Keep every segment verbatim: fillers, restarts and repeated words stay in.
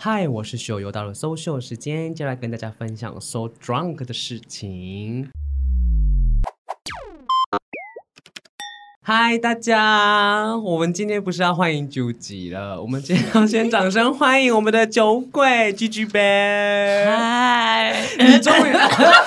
嗨，我是秀，又到了 So 秀时间，就来跟大家分享 So Drunk 的事情。嗨，大家，我们今天不是要欢迎九吉了，我们今天要先掌声欢迎我们的酒鬼 G G 杯。 嗨， 你终于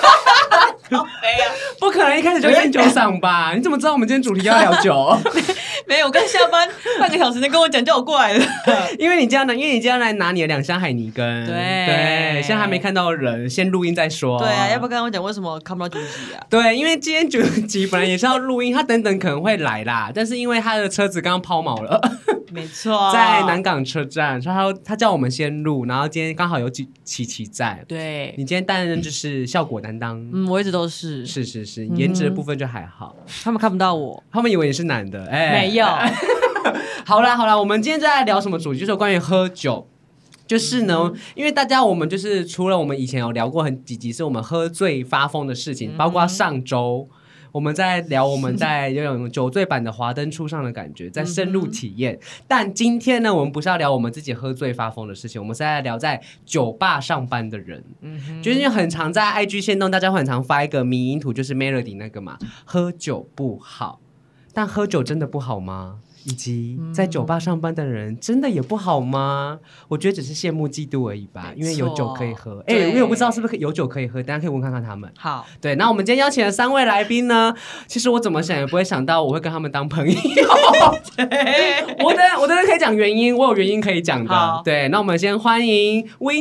不可能一开始就烟酒嗓吧？你怎么知道我们今天主题要聊酒？ 没有，我刚下班半个小时，你跟我讲叫我过来的。 因为你这样的，因为你这样来拿你的两箱海尼根， 对对，现在还没看到人，先录音再说。 对啊，要不要跟我讲为什么看不到九集啊？ 对，因为今天九集本来也是要录音，他等等可能会来啦，但是因为他的车子刚刚抛锚了， 没错， 在南港车站，所以他他叫我们先录，然后今天刚好有琪琪在。 对， 你今天担任就是效果担当， 嗯，我一直都是， 是是是，颜值的部分就还好， 他们看不到我， 他们以为你是男的，哎、 没有。 好啦好啦，我们今天在聊什么主题？就是关于喝酒。就是呢、嗯，因为大家我们就是除了我们以前有聊过很几集是我们喝醉发疯的事情，嗯、包括上周我们在聊我们在有种酒醉版的华灯初上的感觉，在深入体验。嗯、但今天呢，我们不是要聊我们自己喝醉发疯的事情，我们是在聊在酒吧上班的人。嗯，就是很常在 I G 限动，大家会很常发一个迷因图，就是 Melody 那个嘛，喝酒不好，但喝酒真的不好吗？以及在酒吧上班的人真的也不好吗？我觉得只是羡慕嫉妒而已吧，因为有酒可以喝。哎、欸，因为我不知道是不是有酒可以喝，大家可以问看看他们。 好， 对，那我们今天邀请的三位来宾呢，其实我怎么想也不会想到我会跟他们当朋友。我的我的可以讲原因，我有原因可以讲的。对，那我们先欢迎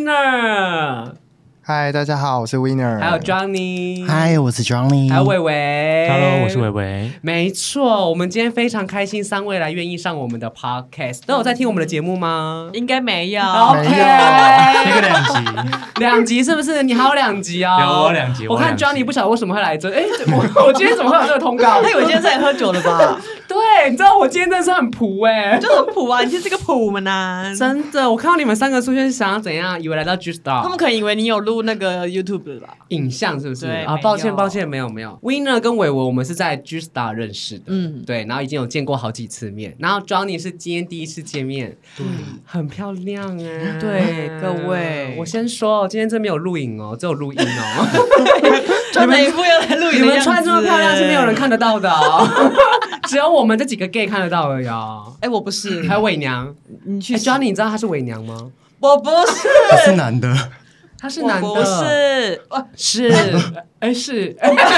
Winner。 嗨，大家好，我是 Winner， 还有 Johnny， 嗨，我是 Johnny， 还有伟伟 ，Hello， 我是伟伟。 没错，我们今天非常开心，三位来愿意上我们的 podcast， 都有在听我们的节目吗？ 应该没有 ，OK， 听个两集， 两集是不是？你还有两集哦， 有我两集。 我看 Johnny 不晓得为什么会来这，哎，我我今天怎么会有这个通告？ 他以为今天是来喝酒的吧？ 对，你知道我今天真的是很普哎、欸， 就很普啊，你就是个普嘛男。 真的，我看到你们三个出现，想要怎样？以为来到 G Star， 他们可能以为你有录那个 YouTube 的吧？ 影像是不是？ 对啊，抱歉抱歉，没有没有。Winner 跟伟伟我们是在 G Star 认识的，嗯，对，然后已经有见过好几次面，然后 Johnny 是今天第一次见面，对，很漂亮哎、欸， 对，各位， 我先说，今天真没有录影哦，只有录音哦。 穿着一副要来录影的样子， 你们穿这么漂亮是没有人看得到的哦，只有我们这几个 gay 看得到而已哦。 哎、欸，我不是， 还有伪娘， 你去、 欸、Johnny， 你知道他是伪娘吗？ 我不是， 他是男的， 他是男的， 我不是， 是，哎、欸、是，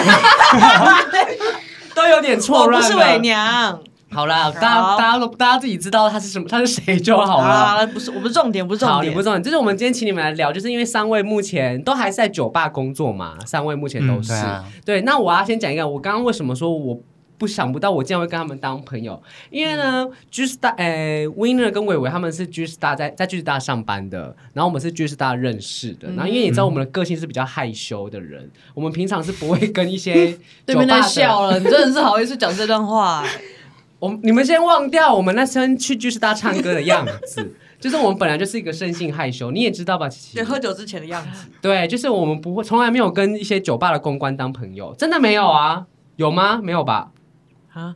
都有点错乱。 我不是伪娘。 好啦，大家大家都大家自己知道他是什么，他是谁就好了。 啊，不是，我不是重点，不是重点， 好，你不是重点，就是我们今天请你们来聊，就是因为三位目前都还是在酒吧工作嘛，三位目前都是、嗯对, 啊、对。那我要先讲一个，我刚刚为什么说我不想不到我竟然会跟他们当朋友，因为呢、嗯、G Star 诶 Winner 跟伟伟他们是 G Star 在在 G Star 上班的，然后我们是 G Star 认识的、嗯，然后因为你知道我们的个性是比较害羞的人，我们平常是不会跟一些对面在笑了，你真的是好意思讲这段话、欸。 我你们先忘掉我们那天去 G Star 唱歌的样子，就是我们本来就是一个生性害羞，你也知道吧？琪琪， 对，喝酒之前的样子。 对，就是我们不会，从来没有跟一些酒吧的公关当朋友，真的没有啊？有吗？没有吧？啊？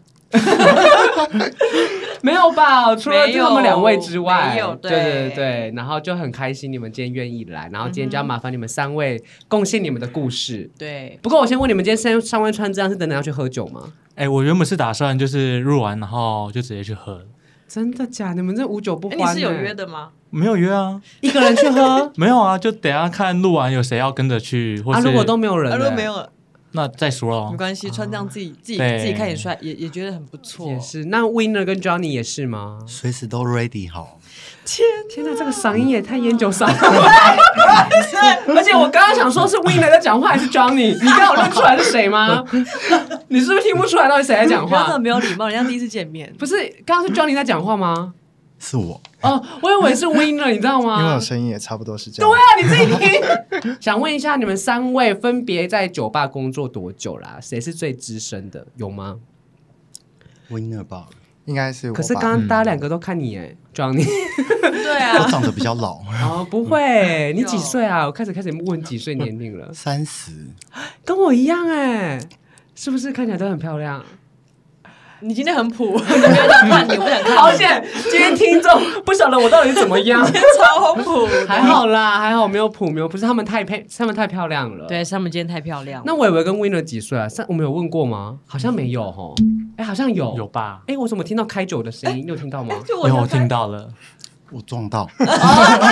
没有吧？除了他们两位之外， 没有， 对对对对，然后就很开心你们今天愿意来，然后今天就要麻烦你们三位贡献你们的故事。 对， 不过我先问你们，今天上位穿这样是等等要去喝酒吗？ 哎、欸，我原本是打算就是录完然后就直接去喝。 真的假的？你们这无酒不欢、欸欸、你是有约的吗？ 没有约啊， 一个人去喝？ 没有啊，就等一下看录完有谁要跟着去，或是、 啊、如果都没有人、欸， 啊、如果没有。 那再说咯， 没关系，穿这样自己、啊、自己自己看也帅，也也觉得很不错。 也是，那 Winner 跟 Johnny 也是吗？ 随时都 ready 好。 天天哪，这个嗓音也太烟酒嗓了！而且我刚刚想说是 Winner 在讲话还是 Johnny， 你刚刚有认出来是谁吗？你是不是听不出来到底谁在讲话？ 真的没有礼貌，人家第一次见面。 不是，刚刚是 Johnny 在讲话吗？ 是我哦，我以为是 Winner， 你知道吗？ 因为我声音也差不多是这样。 对啊，你自己听。想问一下，你们三位分别在酒吧工作多久啦？谁是最资深的？有吗 ？Winner 吧， 应该是我吧。 可是刚刚大家两个都看你哎、嗯、，Johnny。 对啊， 我长得比较老。 哦，不会，你几岁啊？我开始开始问几岁年龄了。 三十， 跟我一样哎，是不是看起来都很漂亮？ 你今天很普，你不要想看你，我不想看你。 好险，今天听众不晓得我到底是怎么样， 超普， 还好啦，还好没有普，没有，不是他们太配，他们太漂亮了。 对，他们今天太漂亮了。 那伟伟跟 Winner 几岁啊？上我们有问过吗？好像没有齁。哎，好像有有吧？ 哎，我怎么听到开酒的声音？你有听到吗？ 就因为我想看听到了， 我撞到， 不可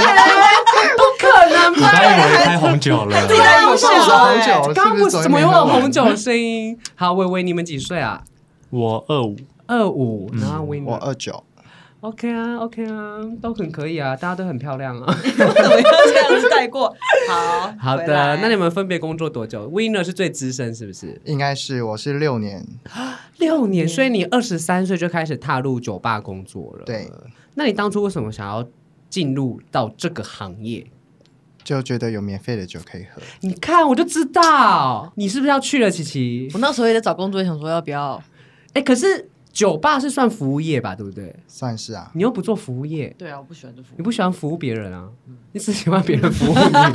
能我刚以为开红酒了。 对啊，我想说红酒刚刚不是不是怎么有红酒的声音？好，伟伟，你们几岁啊？ 我二五， 二五，然后 Winner 我二九， OK 啊 OK 啊，都很可以啊，大家都很漂亮啊。 为什么要这样子带过？好， 好回来的，那你们分别工作多久 ？Winner 是最资深，是不是？ 应该是我是六年， 六年，所以你二十三岁就开始踏入酒吧工作了。 对， 那你当初为什么想要进入到这个行业？ 就觉得有免费的酒可以喝。 你看，我就知道你是不是要去了，琪琪？ 我那时候也在找工作，想说要不要？ 哎，可是酒吧是算服务业吧，对不对？ 算是啊， 你又不做服务业， 对啊，我不喜欢这服你不喜欢服务别人啊？你只喜欢别人服务你。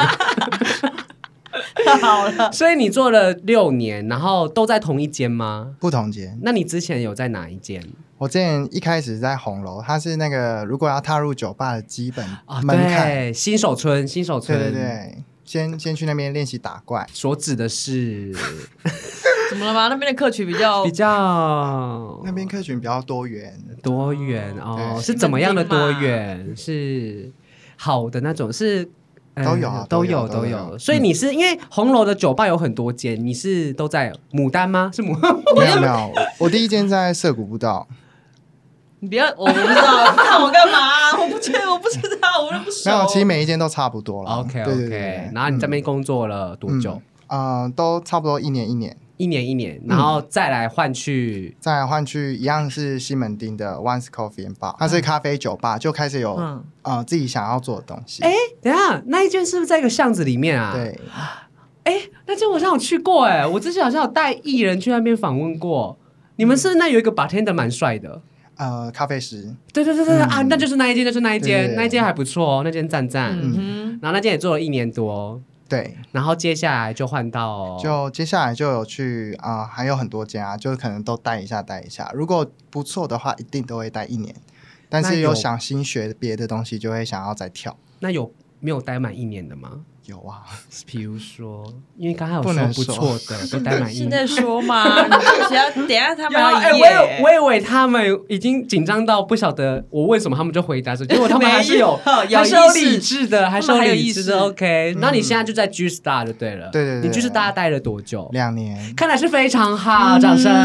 好了， 所以你做了六年，然后都在同一间吗？ 不同间。 那你之前有在哪一间？ 我之前一开始在红楼，它是那个如果要踏入酒吧的基本啊， 门槛。 对，新手村，新手村， 对对对，先先去那边练习打怪。 所指的是怎么了吗？那边的客群比较比较那边客群比较多元， 多元哦， 对是怎么样的多元？是好的那种，是。呃都有啊都有都有都都有， 有所以你是因为红楼的酒吧有很多间，你是都在牡丹吗？是牡？ 没有没有，我第一间在涩谷步道， 你不要，我不知道看我干嘛？我不确，我不知道，我都不熟。 没有，其实每一间都差不多了。 OK 对对 OK， 对， 然后你这边工作了多久？ 嗯、呃，都差不多一年一年， 一年一年，然后再来换去再来换去一样是西门町的 Once Coffee and Bar，它是咖啡酒吧，就开始有、 嗯呃自己想要做的东西。 哎，等一下，那一间是不是在一个巷子里面啊？， 对， 哎，那间我好像有去过，哎，我之前好像有带艺人去那边访问过。你们是不是那有一个 bartender 蛮帅的？ 呃，咖啡师， 对对对对对、啊，那就是那一间，就是那一间， 对那一间还不错哦，那间赞赞。 嗯然后那间也做了一年多， 对， 然后接下来就换到就接下来就有去啊、呃还有很多间啊，就可能都带一下带一下，如果不错的话，一定都会带一年。但那有是有想新学别的东西，就会想要再跳。 那有没有待满一年的吗？ 有啊， 比如说，因为刚才有不能说不错的，都待满一年。 现在说嘛，你只要等一下他们要哎， 一我以夜， 我以为他们已经紧张到不晓得我为什么，他们就回答说，结果他们还是有， 没有还是有有意识理智的，还是有他们还有意识理智的。OK，然后你现在就在 G Star 就对了， 对对对你 G Star 待了多久？ 两年。 看来是非常好，掌声。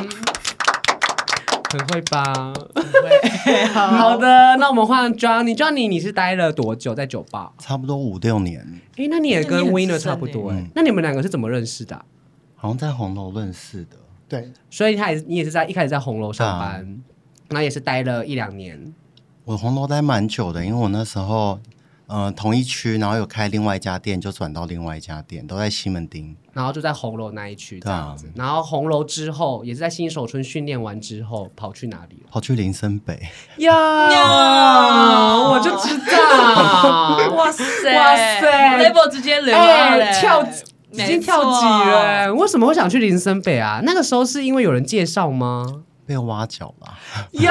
很会吧？好的，那我们换 Johnny，Johnny， 你是待了多久在酒吧？ 差不多五六年， 哎，那你也跟那你很 Winner 深差不多哎、 欸那你们两个是怎么认识的啊、 好像在红楼认识的。 对， 所以他也你也是在一开始在红楼上班， 啊然后也是待了一两年。 我红楼待蛮久的，因为我那时候呃同一区，然后有开另外一家店，就转到另外一家店，都在西门町。 然后就在红楼那一区这对啊样子，然后红楼之后也是在新手村训练完之后跑去哪里了？ 跑去林森北， 呀，我就知道， 哇塞哇塞 ，level 直接流哎了， 跳已没经跳级错了，为什么会想去林森北啊？那个时候是因为有人介绍吗？ 被挖角了。 呀，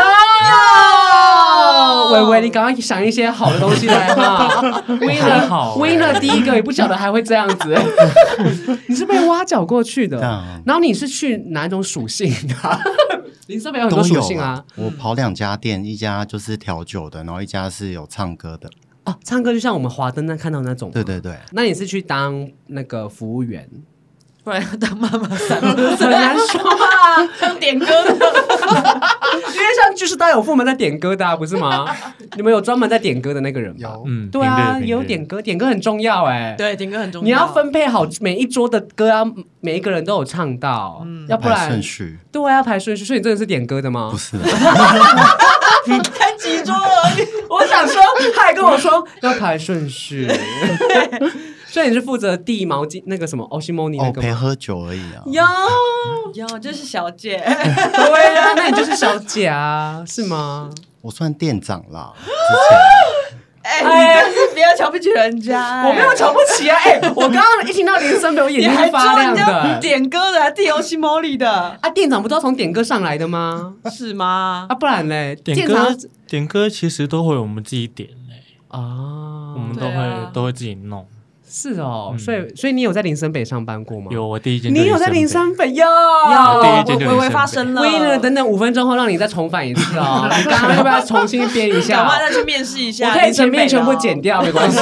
伟伟，你赶快想一些好的东西来哈。 还好 Winner 欸 Winner 第一个也不晓得还会这样子，你是被挖角过去的对啊， 然后你是去哪一种属性的啊？林森北有很多都有属性啊。 我跑两家店，一家就是调酒的，然后一家是有唱歌的。 哦，唱歌就像我们华灯那看到那种。 对对对， 那你是去当那个服务员？ 不然要当妈妈桑， 很难说啊， 当点歌的， 因为像就是大家有部门在点歌的、啊，不是吗？你们有专门在点歌的那个人吗？ 有嗯， 对啊， 平日有点歌，点歌很重要哎、 对，点歌很重要。 你要分配好每一桌的歌，要每一个人都有唱到，要不排然顺序对啊，要排顺序。所以你真的是点歌的吗不？是才几桌而已， 我想说，他还跟我说要排顺序，所以你是负责递毛巾那个什么 Oshimoni 那哦， 个吗？ 陪喝酒而已啊。 哟， 有就是小姐， 对啊，那你就是小姐啊，是吗？ 我算店长啦，之哎，你真是不要瞧不不起人家、欸， 我没有瞧不起啊！哎、欸，我刚刚一听到林森北，我眼睛是发亮的。 点歌的，还电游戏猫里的啊，店长不都从点歌上来的吗？ 是吗？ 啊，不然嘞， 点歌点歌其实都会我们自己点嘞、欸、 啊， 我们都会、啊、都会自己弄。 是哦， 嗯、 所以所以你有在林森北上班过吗？ 有，我第一间你有在林森北哟， 有第一间就微微发生了。 Winner， 等等五分钟后让你再重返一次哦。你刚刚要不要重新编一下？ 赶快再去面试一下。 我可以前面全部剪掉，没关系。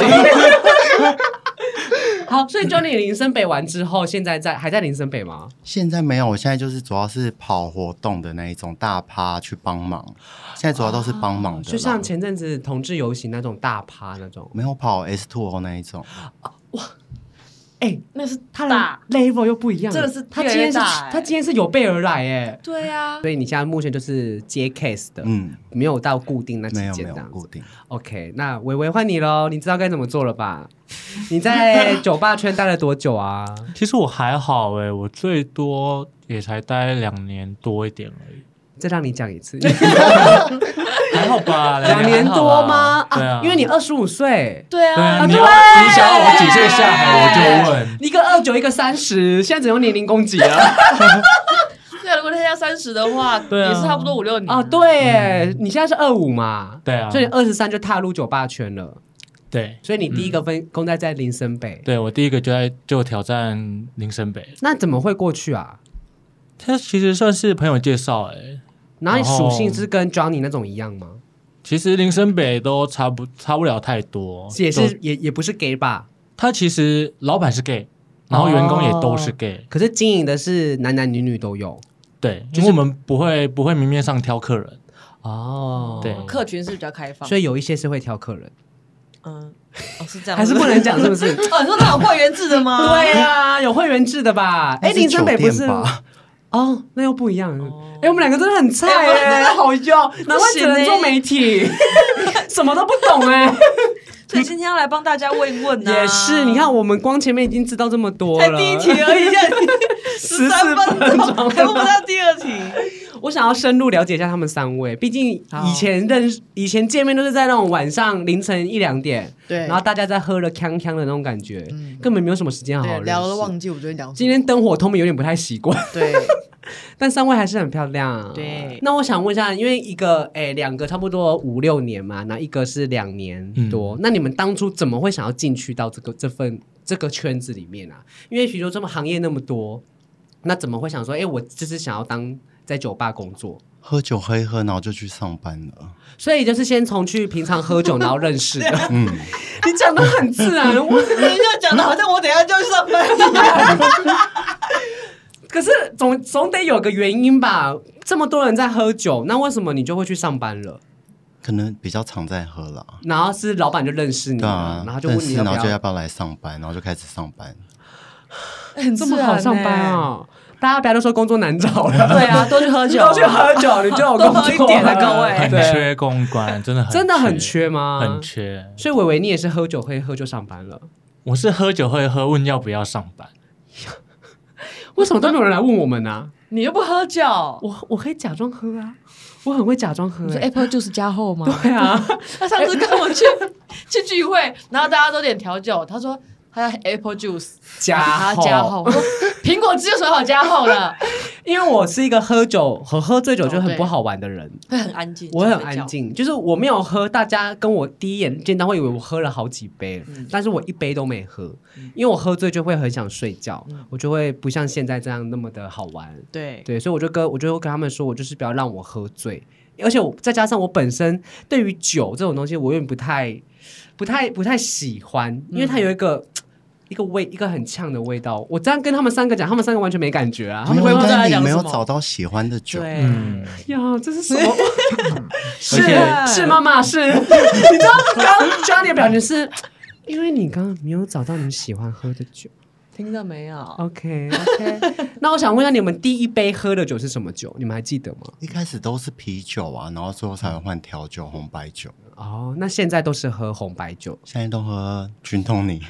好，所以 Johnny 林森北完之后，现在在还在林森北吗？ 现在没有，我现在就是主要是跑活动的那一种大趴去帮忙。现在主要都是帮忙的、哦， 就像前阵子同志游行那种大趴那种， 没有跑 S 二 O 那一种。 啊、哇，哎、欸， 那是他的 level 又不一样， 真的是他今天是、欸、他今天是有备而来哎。 对啊， 所以你现在目前就是接 case 的，嗯，没有到固定那几间这样子。 没有没有固定。 OK， 那维维换你喽，你知道该怎么做了吧？你在酒吧圈待了多久啊？ 其实我还好哎、欸，我最多也才待两年多一点而已。 再让你讲一次， 还好吧？ 两年多吗？ 啊对啊， 因为你二十五岁。 对啊， 对啊， 你要你想要我几岁下海，我就问。 一个二九，一个三十，现在只有年龄攻击了。 对啊，如果他要三十的话， 对啊， 也是差不多五六年啊。对，嗯、你现在是二五嘛？ 对啊， 所以你二十三就踏入酒吧圈了。 对， 所以你第一个分工在在林森北。 对，我第一个就在就挑战林森北。 那怎么会过去啊？ 他其实算是朋友介绍哎、欸。 然后你属性是跟 Johnny 那种一样吗？ 其实林森北都差不差不了太多， 也是也也不是 gay 吧？ 他其实老板是 gay， 然后员工也都是 gay，、哦、 可是经营的是男男女女都有。 对，就是、因为我们不会不会明面上挑客人哦， 对， 客群是比较开放， 所以有一些是会挑客人。 嗯，哦是这样， 还是不能讲是不是？ 哦，你说那种会员制的吗？ 对啊，有会员制的吧？哎，林森北不是？哦，那又不一样。哎、欸，我们两个真的很菜哎、欸，好笑，难怪只能做媒体，什么都不懂哎、欸。 所以今天要来帮大家问一问啊。 也是，你看我们光前面已经知道这么多了， 才第一题而已，现在十三分钟还问不到第二题。 我想要深入了解一下他们三位，毕竟以前认识、以前见面都是在那种晚上凌晨一两点， 对， 然后大家在喝了锵锵的那种感觉，嗯、根本没有什么时间好好认识， 聊了都忘记我昨天讲什么。 今天灯火通明，有点不太习惯。 对。 但三位还是很漂亮。 对， 那我想问一下，因为一个哎两个差不多五六年嘛，那一个是两年多、嗯，那你们当初怎么会想要进去到这个这份这个圈子里面啊？因为比如说这么行业那么多，那怎么会想说，哎，我就是想要当在酒吧工作？ 喝酒喝一喝，然后就去上班了。 所以就是先从去平常喝酒，然后认识的。嗯，你讲的很自然，我你就讲的好像我等一下就去上班一样。 可是总总得有个原因吧？这么多人在喝酒，那为什么你就会去上班了？ 可能比较常在喝了， 然后是老板就认识你了， 啊、 然后就问你要不要， 然后就要不要来上班，然后就开始上班。 很这么好上班啊！大家不要都说工作难找了， 对啊，多去喝酒， 都去喝酒，你就有工作一点了，各位。 很缺公关，真的很真的很缺吗？ 很缺。 所以伟伟，你也是喝酒会喝就上班了？ 我是喝酒会喝，问要不要上班。 为什么都没有人来问我们呢、啊？ 你又不喝酒， 我我可以假装喝啊，我很会假装喝、欸。 你说 Apple Juice 加厚吗？ 对啊， 他上次跟我去去聚会，然后大家都点调酒，他说他要 Apple Juice 加厚， 加厚。我说苹果汁有什么好加厚的？ 因为我是一个喝酒和喝醉酒就很不好玩的人， 会很安静。 我很安静，就是我没有喝，大家跟我第一眼见到会以为我喝了好几杯，嗯、但是我一杯都没喝，嗯、因为我喝醉就会很想睡觉，嗯、我就会不像现在这样那么的好玩。 对对，所以我就跟我就跟他们说，我就是不要让我喝醉，而且我再加上我本身对于酒这种东西，我有点不太不太不太喜欢，因为它有一个。嗯一个味，一个很呛的味道。我这样跟他们三个讲，他们三个完全没感觉啊。他们应该你没有找到喜欢的酒。 对， 嗯、呀，这是什么？是是妈妈是。你知道刚刚 Johnny 的表情是，因为你刚刚没有找到你喜欢喝的酒。 听到没有 ？OK OK。那我想问一下，你们第一杯喝的酒是什么酒？你们还记得吗？ 一开始都是啤酒啊，然后最后才会换调酒、红白酒。 哦，那现在都是喝红白酒？ 现在都喝君通尼。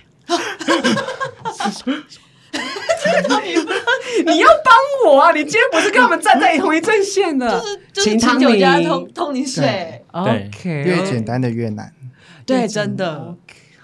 你要帮我啊！你今天不是跟他们站在同一阵线的， 就是就是清酒加通通你水。 OK， 越简单的越难。 对，真的。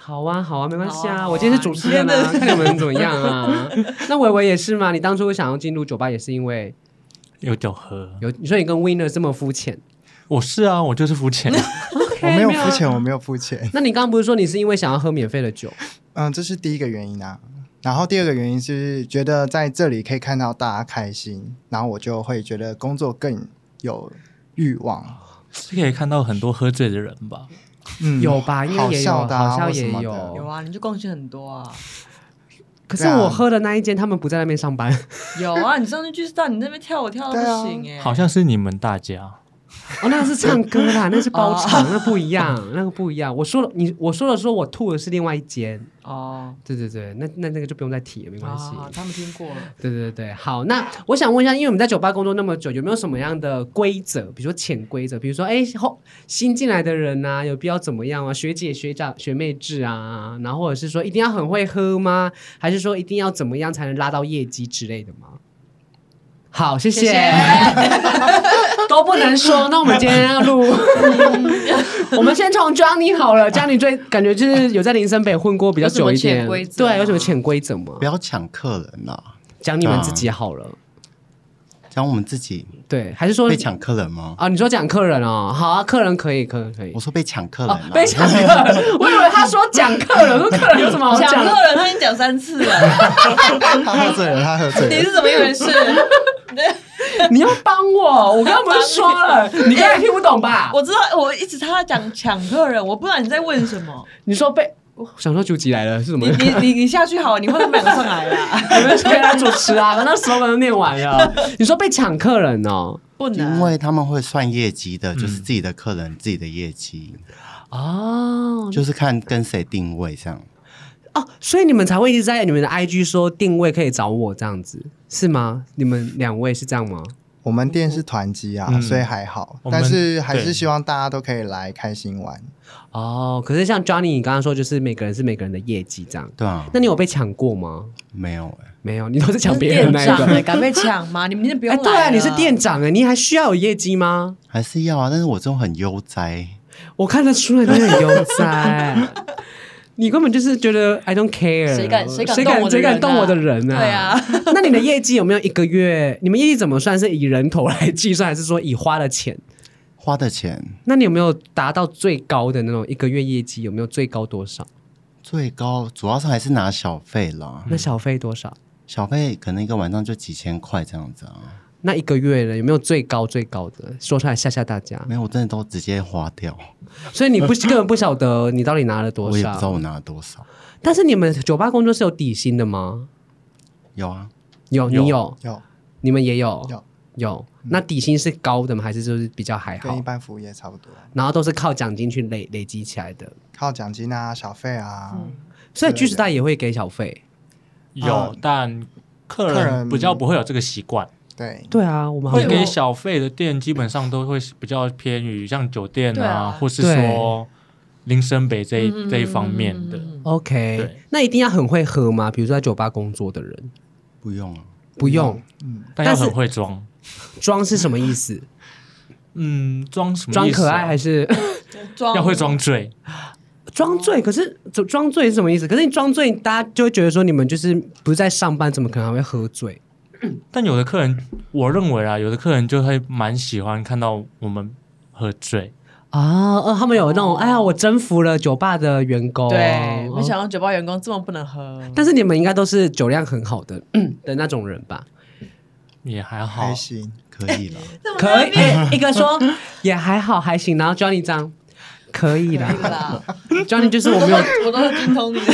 好啊，好啊，没关系啊， 好啊我今天是主持人啊，看你们怎么样啊。那伟伟也是吗？你当初想要进入酒吧也是因为有酒喝。 有，你说你跟 Winner 这么肤浅， 我是啊，我就是肤浅。 我没有付钱，我没有付钱。 那你刚刚不是说你是因为想要喝免费的酒？ 嗯，这是第一个原因啊。然后第二个原因是觉得在这里可以看到大家开心，然后我就会觉得工作更有欲望。 是可以看到很多喝醉的人吧？ 嗯， 有吧？因为也有， 好笑的啊好像也或什么的有。 有啊，你就贡献很多啊。 可是我喝的那一间，他们不在那边上班。 有啊，你上次去到你那边跳舞跳的不行哎、 好像是你们大家。 哦，那个是唱歌啦，那是包场，那不一样，那个不一样。我说了，你我说了说我吐的是另外一间。 哦， 对对对，那那那个就不用再提了，没关系。 好好好他们听过了。 对对对，好，那我想问一下，因为我们在酒吧工作那么久，有没有什么样的规则？比如说潜规则，比如说，哎，后新进来的人啊，有必要怎么样啊？学姐、学长、学妹制啊，然后或者是说一定要很会喝吗？还是说一定要怎么样才能拉到业绩之类的吗？好，谢谢。 谢谢都不能说，那我们今天要录，我们先从 Johnny 好了。Johnny 最感觉就是有在林森北混过比较久一点， 有什么潜规则吗对，有什么潜规则吗不？要抢客人啦。 讲你们自己好了， 讲我们自己对，还是说被抢客人吗？ 啊？你说讲客人哦，好啊，客人可以，客人可以我。说被抢客人哦啦，， 被抢客人，我以为他说讲客人，我说客人有什么好抢讲的？ 客人他已经讲三次了， 他喝醉了，他喝醉了。 你是怎么一回事？ 你要帮我，我刚刚不是说了，你刚才听不懂吧？ 我知道，我一直他讲抢客人，我不知道你在问什么。 你说被，我想说九级来了是什么？ 你你你你下去好，你换他们两个上来啦。 你们谁来主持啊？反正 slogan 都念完了。你说被抢客人哦？ 不能， 因为他们会算业绩的，就是自己的客人自己的业绩， 哦就是看跟谁定位这样。 哦，所以你们才会一直在你们的 I G 说定位可以找我这样子，是吗？你们两位是这样吗？ 我们店是团积啊， 嗯所以还好， 我们但是还是对希望大家都可以来开心玩。 哦，可是像 Johnny 你刚刚说，就是每个人是每个人的业绩这样。 对啊， 那你有被抢过吗？ 没有哎、 没有，你都是抢是别人的那一店长哎， 个。 敢被抢吗？你明天不用哎， 来。 对啊，你是店。长哎，你还需要有业绩吗？ 还是要啊，但是我这种很悠哉， 我看得出来你很悠哉，你根本就是觉得 I don't care， 谁敢谁敢谁动我的人啊敢谁敢动我的人啊？ 对啊， 那你的业绩有没有一个月？你们业绩怎么算？是以人头来计算，还是说以花的钱？ 花的钱那你有没有达到最高的那种一个月业绩？有没有最高多少？ 最高，主要是还是拿小费啦。 那小费多少？ 小费可能一个晚上就几千块这样子啊。 那一个月呢？有没有最高最高的？说出来吓吓大家。 没有，我真的都直接花掉， 所以你不根本不晓得你到底拿了多我也不知道少。 我拿了多少。 但是你们酒吧工作是有底薪的吗？ 有啊， 有，你有有， 有你们也有， 有有。那底薪是高的吗？还是就是比较还好跟一？般服务业差不多， 然后都是靠奖金去累累积起来的。 靠奖金啊、小费啊。 所以巨石大也会给小费。 有， 啊但客客人人比较不会有这个习惯。 对， 对啊，我们好像会给小费的店基本上都会比较偏于像酒店啊， 对啊或是说林森北这一、这一方面的。 嗯 OK， 对那一定要很会喝吗？比如说在酒吧工作的人， 不用啊， 不用但是但要很会装。 装是什么意思？ 嗯，装什么意思啊？ 装可爱还是装要会装醉？ 装醉？可是装醉是什么意思？可是你装醉，大家就会觉得说你们就是不是在上班，怎么可能还会喝醉？ 但有的客人，我认为啊，有的客人就会蛮喜欢看到我们喝醉。 啊，呃，他们有那种，哎呀，我征服了酒吧的员工， 对， 哦没想到酒吧员工这么不能喝。 但是你们应该都是酒量很好的的那种人吧？ 也还好还，行。 可以了。 可以，一个说也还好，还行，然后 Johnny 这样可以啦啦， ，Johnny 就是我没有我都是精通你的。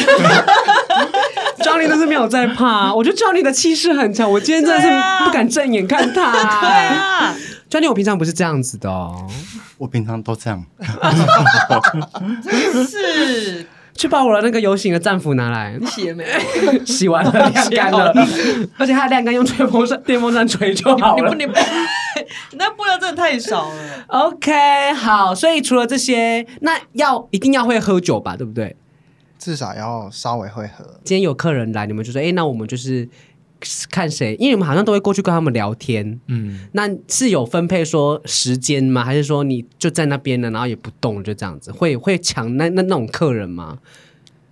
Johnny 都是没有在怕，我觉得 Johnny 的气势很强，我今天真的是不敢正眼看他。 对啊， Johnny 我平常不是这样子的哦， 我平常都这样， 是去把我的那个游行的战服拿来你，洗了没有？ 洗完了晾干了，而且它的晾干用吹风扇、电风扇吹就好了你不。你不，你那布料真的太少了。 OK， 好，所以除了这些，那要一定要会喝酒吧，对不对？ 至少要稍微会喝。 今天有客人来，你们就说，哎，那我们就是看谁，因为你们好像都会过去跟他们聊天。 嗯， 那是有分配说时间吗？还是说你就在那边呢，然后也不动，就这样子？会会抢那那那种客人吗？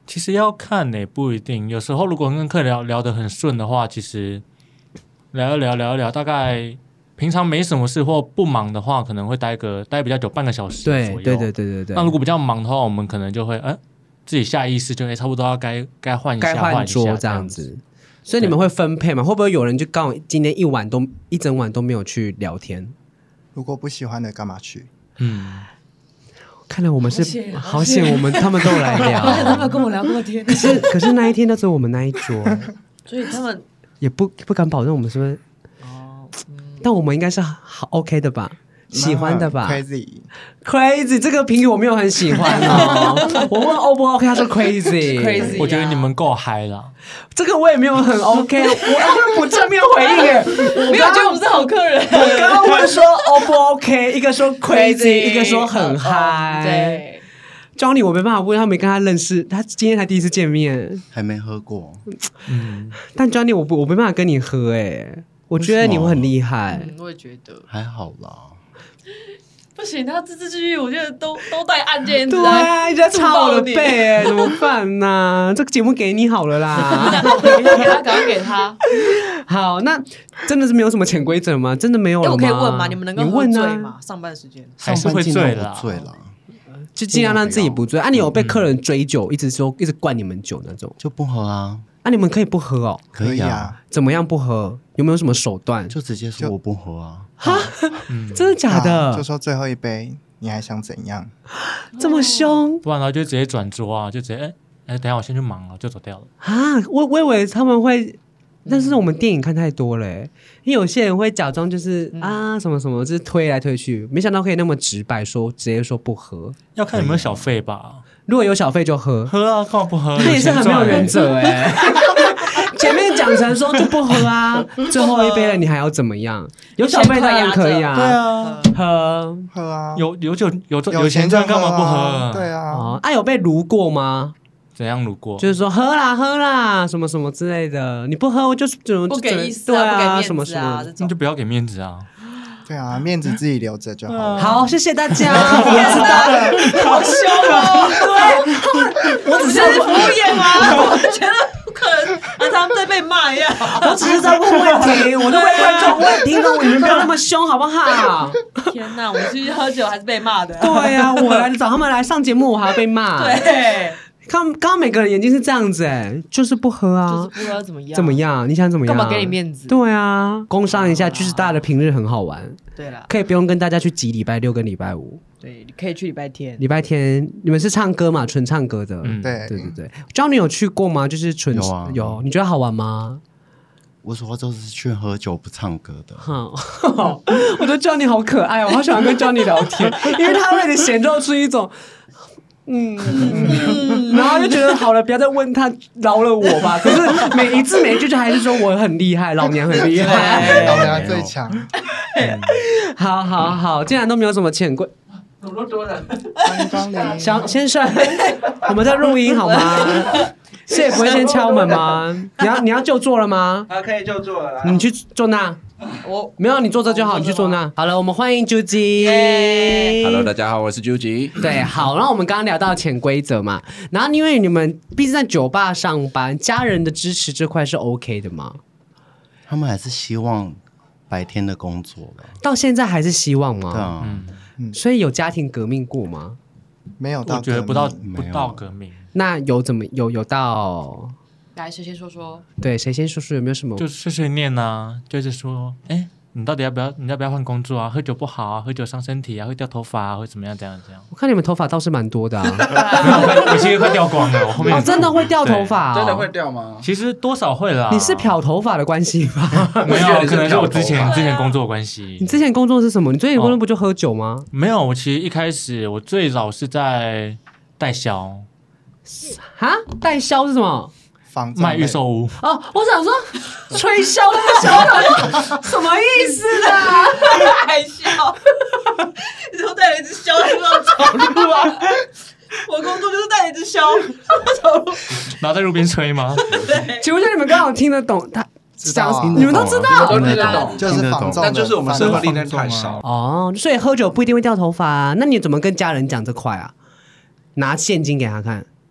其实要看呢、欸，不一定。有时候如果跟客人聊聊得很顺的话，其实聊一聊聊一聊，大概平常没什么事或不忙的话，可能会待个待比较久，半个小时左右。 对对对对对对。 那如果比较忙的话，我们可能就会，哎，自己下意识就哎，差不多要该该换一下， 该换桌这样子。所以你们会分配吗？会不会有人就刚好今天一晚都一整晚都没有去聊天？ 如果不喜欢的，干嘛去？ 嗯。 看来我们是好险，我们他们都有来聊， 而且他们跟我聊过天。 可是可是那一天都只有我们那一桌， 所以他们也不不敢保证我们是不是。哦，但我们应该是好 OK 的吧？喜欢的吧 ？Crazy Crazy 这个评语我没有很喜欢哦。我问 O 不 OK， 他说 Crazy Crazy， 我觉得你们够嗨了。 这个我也没有很 OK， 我不正面回应耶。 我没有觉得我们是好客人。 我刚刚问说 O 不 OK， 一个说 Crazy， 一个说很嗨。 对 ，Johnny 我没办法问，他没跟他认识，他今天才第一次见面， 还没喝过。 嗯， 但 Johnny 我不我没办法跟你喝哎，我觉得你会很厉害。 嗯，我也觉得还好啦。 不行，他字字句句，我觉得都都带案件。 对啊，一直在插我的背，怎么办呢、啊？这个节目给你好了啦， 给他，赶快给他。 好，那真的是没有什么潜规则吗？真的没有了吗？ 我可以问吗？你们能够喝醉吗？ 啊、 上班时间还是会醉了， 醉了， 就尽量让自己不醉。啊，你有被客人追酒，一直说一直灌你们酒那种， 就不喝啊。 啊，你们可以不喝哦？ 可以啊。 怎么样不喝？有没有什么手段？ 就直接说我不喝啊。 哈，真的假的、 啊？就说最后一杯，你还想怎样？ 这么凶？ 不然他就直接转桌啊，就直接哎哎，等一下我先去忙了，就走掉了。 啊，我我以为他们会，但是我们电影看太多了，因为有些人会假装就是、嗯、啊什么什么，就是推来推去，没想到可以那么直白说，直接说不喝。 要看有没有小费吧。 如果有小费就喝， 喝啊，干嘛不喝？ 他也是很没有原则哎。前面讲成说就不喝啊，最后一杯了你还要怎么样？有小费当然可以啊， 对啊， 喝喝啊， 有有酒有有有钱赚干嘛不喝？ 对啊， 哦，啊有被撸过吗？ 怎样撸过？ 就是说喝啦喝啦什么什么之类的，你不喝我就怎么不给意思啊， 不给面子啊， 什么什么， 那就不要给面子啊。 对啊，面子自己留着就好了。 好，谢谢大家，我知道了， 好凶哦！对，我只是服务业吗？我觉得客人好像在被骂一样。 我只是在问问题，我都会观众问听众，你们不要那么凶好不好？ 天哪，我去喝酒还是被骂的。 对呀、啊，我来找他们来上节目，我还要被骂。 对。 刚刚每个人眼睛是这样子哎、欸，就是不喝啊， 就是不喝怎么样？ 怎么样？你想怎么样？ 干嘛给你面子？ 对啊，工商一下，就是大家的平日很好玩。 对啦， 可以不用跟大家去挤礼拜六跟礼拜五。 对，你可以去礼拜天。 礼拜天你们是唱歌嘛？纯唱歌的。 嗯，对对对对。Johnny有去过吗？就是纯有啊， 有。你觉得好玩吗？ 我说就是去喝酒不唱歌的。 哼，我觉得 Johnny 好可爱哦，我好喜欢跟 Johnny 聊天，因为他会显露出一种。嗯，然后就觉得好了，不要再问他，饶了我吧。可是每一字每一句就还是说我很厉害，老娘很厉害， 老娘最强。 好好好，竟然都没有什么潜规。 那么多人， 欢迎光临， 小先生，我们在录音好吗？是也不会先敲门吗？你要你要就坐了吗？ 啊，可以就坐了啦。 你去坐那。 我没有，你坐这就好，你去坐那。好了，我们欢迎 Judy。 Hello， 大家好，我是 Judy。 对，好，然后我们刚刚聊到潜规则嘛，然后因为你们毕竟在酒吧上班，家人的支持这块是 OK 的吗？ 他们还是希望白天的工作了。 到现在还是希望吗？ 对啊， 嗯，所以有家庭革命过吗？ 没有到， 我觉得不到没有不到革命。 那有怎么有有到？ 来，谁先说说？ 对，谁先说说有没有什么？ 就碎碎念啊，就是说，哎，你到底要不要？你要不要换工作啊？喝酒不好啊，喝酒伤身体啊，会掉头发啊，会怎么样？这样这样。 我看你们头发倒是蛮多的啊， 我其实快掉光了，我后面哦，真的会掉头发、哦， 真的会掉吗？ 其实多少会啦。 你是漂头发的关系吧？ 没有，可能是我之前啊之前工作的关系。 你之前工作是什么？你最近工作不就喝酒吗？ 哦、没有，我其实一开始我最早是在代销。 哈，代销是什么？ 卖预售屋哦，我想说吹箫那个箫，什么意思啊？ 还笑，你说带了一只箫在路上走路啊？我工作就是带了一只箫走路， 然后在路边吹吗？ 对，请问一下，你们刚好听得懂他讲什么？你们都知道， 都听得懂， 就是仿造， 但就是我们生活历练太少哦。所以喝酒不一定会掉头发啊？那你怎么跟家人讲这块啊？拿现金给他看。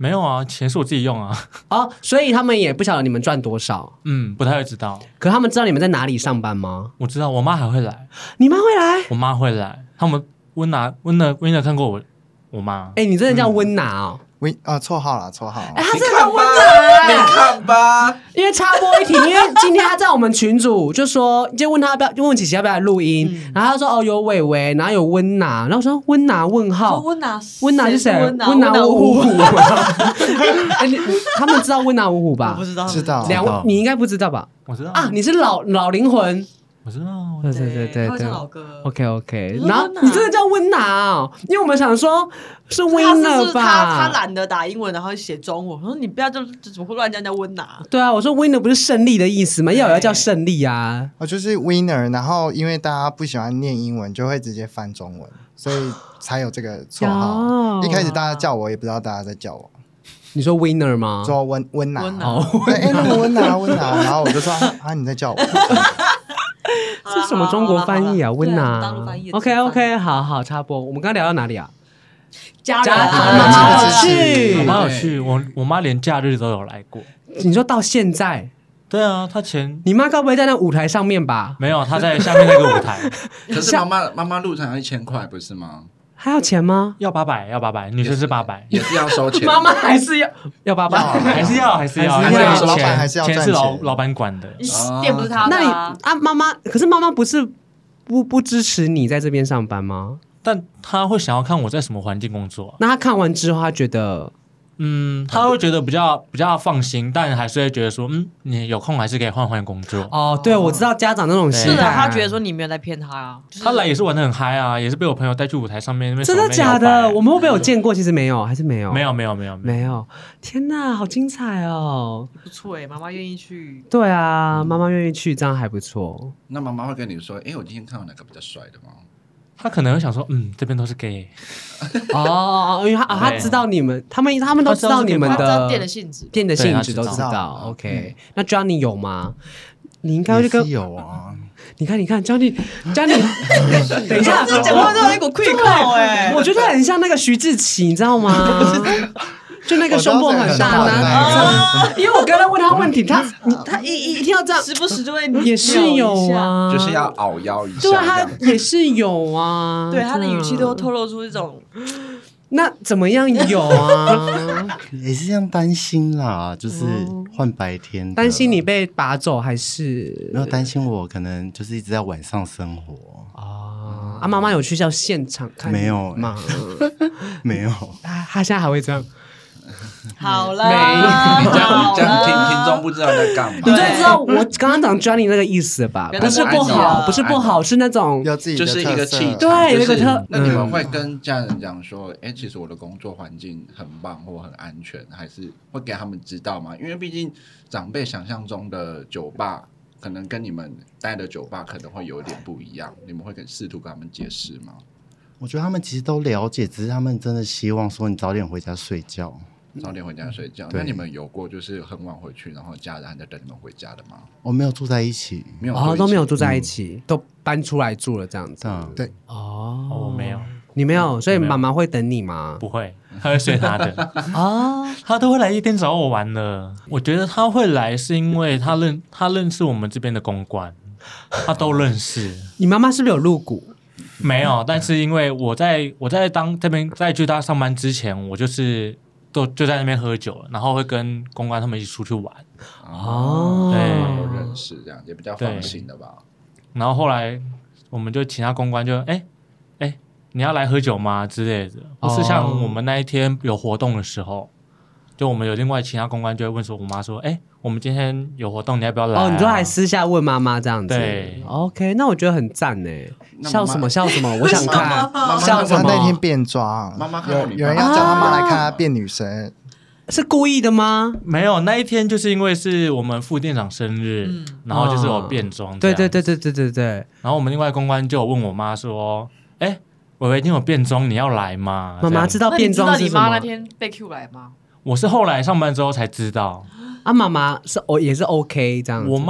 没有啊，钱是我自己用啊。 哦，所以他们也不晓得你们赚多少， 嗯，不太会知道。 可他们知道你们在哪里上班吗？ 我知道，我妈还会来， 你妈会来？ 我妈会来。他们温拿温的温的看过我我妈。 哎、你真的叫温拿哦？ 温呃绰号啦，绰号。 哎、他真的叫温拿、 你看吧， 因为插播一题，因为今天他在我们群组就说，就问他要不要，就问琪琪要不要来录音， 嗯然后他说哦有伟伟，然后有温拿，然后我说温拿问说号， 温拿温拿是谁？ 温拿温拿五五虎。哎你他们知道温拿五虎吧我不？知道， 知道两你应该不知道吧？ 我知道啊，你是老老灵魂。 我知道。 对对对对他会对唱老歌。 OK OK， 你说然后温拿你真的叫温拿哦，因为我们想说是他是 winner 不是他吧？ 他懒得打英文，然后写中文。我说你不要就就怎么会乱叫人家温拿？ 对啊，我说 winner 不是胜利的意思吗？要有要叫胜利啊。 哦，就是 winner， 然后因为大家不喜欢念英文，就会直接翻中文，所以才有这个绰号。 有一开始大家叫我，也不知道大家在叫我， 你说 winner 吗？ 说温温拿， 温拿哦， 对，哎，那个温拿温拿，然后我就说啊，你在叫我， 这是什么中国翻译啊？温对啊拿大陆翻译的 OK OK，好好插播。我们刚刚聊到哪里啊？ 家人家啊妈妈有啊去我妈有去，我我妈连假日都有来过。 你说到现在， 对啊，她前你妈该不会在那舞台上面吧？ 没有，她在下面那个舞台， 可是妈妈妈妈入场要一千块，不是吗？ 还要钱吗？ 要八百，要八百，女生是八百， 也是要收钱。 妈妈还是要要爸爸， 还是要还是要， 还是要因为老板还是要赚钱钱是老钱老板管的。 店不是他的那你啊， 啊，妈妈，可是妈妈不是不不支持你在这边上班吗？ 但她会想要看我在什么环境工作啊， 那她看完之后，她觉得嗯，她会觉得比较比较放心，但还是会觉得说，嗯，你有空还是可以换换工作。 哦，对，我知道家长那种心是的， 态， 他觉得说你没有在骗他啊。就是她来也是玩的很嗨啊，也是被我朋友带去舞台上面那边真的手妹假的？ 摇摆我们会不会有见过？其实没有，还是没有？ 没有没有没有没有。天哪，好精彩哦！ 不错哎，妈妈愿意去。 对啊，妈妈愿意去，这样还不错。 那妈妈会跟你说：“哎，我今天看到哪个比较帅的吗她可能会想说，嗯，这边都是 gay， 哦，因为他他对知道你们，他们他们都知道你们他知道的店的性质， 店的性质对他知道都知道。OK，那 Johnny 有吗？你应该就跟也是有啊， 你看，你看，Johnny Johnny，等一下， 这讲话都有一股愧靠哎。 我觉得很像那个徐志奇，你知道吗？就那个胸部很大我知道是很大的男那因为我刚才问他问题，他你他一一一定要这样， 时不时就会也是有啊， 就是要凹腰一下。 对啊，他这样也是有啊， 对他的语气都对啊透露出一种那怎么样有啊？ 也是这样担心啦，就是换白天的， 担心你被拔走还是没有担心我可能就是一直在晚上生活， 啊？啊，妈妈有去到现场看没有吗？ 没有， 他他现在还会这样， 好没啦， 你这样好这样听啦听众不知道你在干嘛。 你终于知道我刚刚讲 Johnny 那个意思了吧？ 原不是来是安不好， 逸不是不好，是那种有自己的就是一个特色气场， 对有一个就是特那你们嗯会跟家人讲说，哎，其实我的工作环境很棒或很安全，还是会给他们知道吗？因为毕竟长辈想象中的酒吧，可能跟你们待的酒吧可能会有一点不一样，你们会跟试图跟他们解释吗？ 我觉得他们其实都了解，只是他们真的希望说你早点回家睡觉。 早点回家睡觉。 对那你们有过就是很晚回去，然后家人还在等你们回家的吗？ 我没有住在一起， 没有， 哦都没有住在一起，都搬出来住了这样子这。样对哦哦，我没有， 你没有，所以我没有妈妈会等你吗？ 不会，她会睡她的。 啊， 他都会来一边找我玩了。我觉得他会来是因为他认他认识我们这边的公关，他都认识。 你妈妈是不是有入股？ 没有，但是因为我在我在当这边在巨大上班之前，我就是都就在那边喝酒了，然后会跟公关他们一起出去玩。 哦对都认识，这样也比较放心的吧。 然后后来我们就请他公关就哎哎你要来喝酒吗之类的，不是像我们那一天有活动的时候。就我们有另外其他公关就会问说，我妈说，哎，我们今天有活动，你要不要来、啊？ 哦，你说还私下问妈妈这样子？ 对 ，OK，那我觉得很赞呢。 那妈妈笑什么笑什么？我想看妈妈笑什他那天么？ 变装， 妈妈看到你有有人要叫他妈来看他变女生， 是故意的吗？ 没有，那一天就是因为是我们副店长生日， 嗯然后就是有变装、 对对对。对对对对。 然后我们另外公关就有问我妈说：“哎，伟伟，你有变装，你要来吗？” 妈妈知道变那你知道装是什么你妈那？天被 Q 来吗？ 我是后来上班之后才知道。 啊，妈妈是哦，也是 OK 这样子。 我妈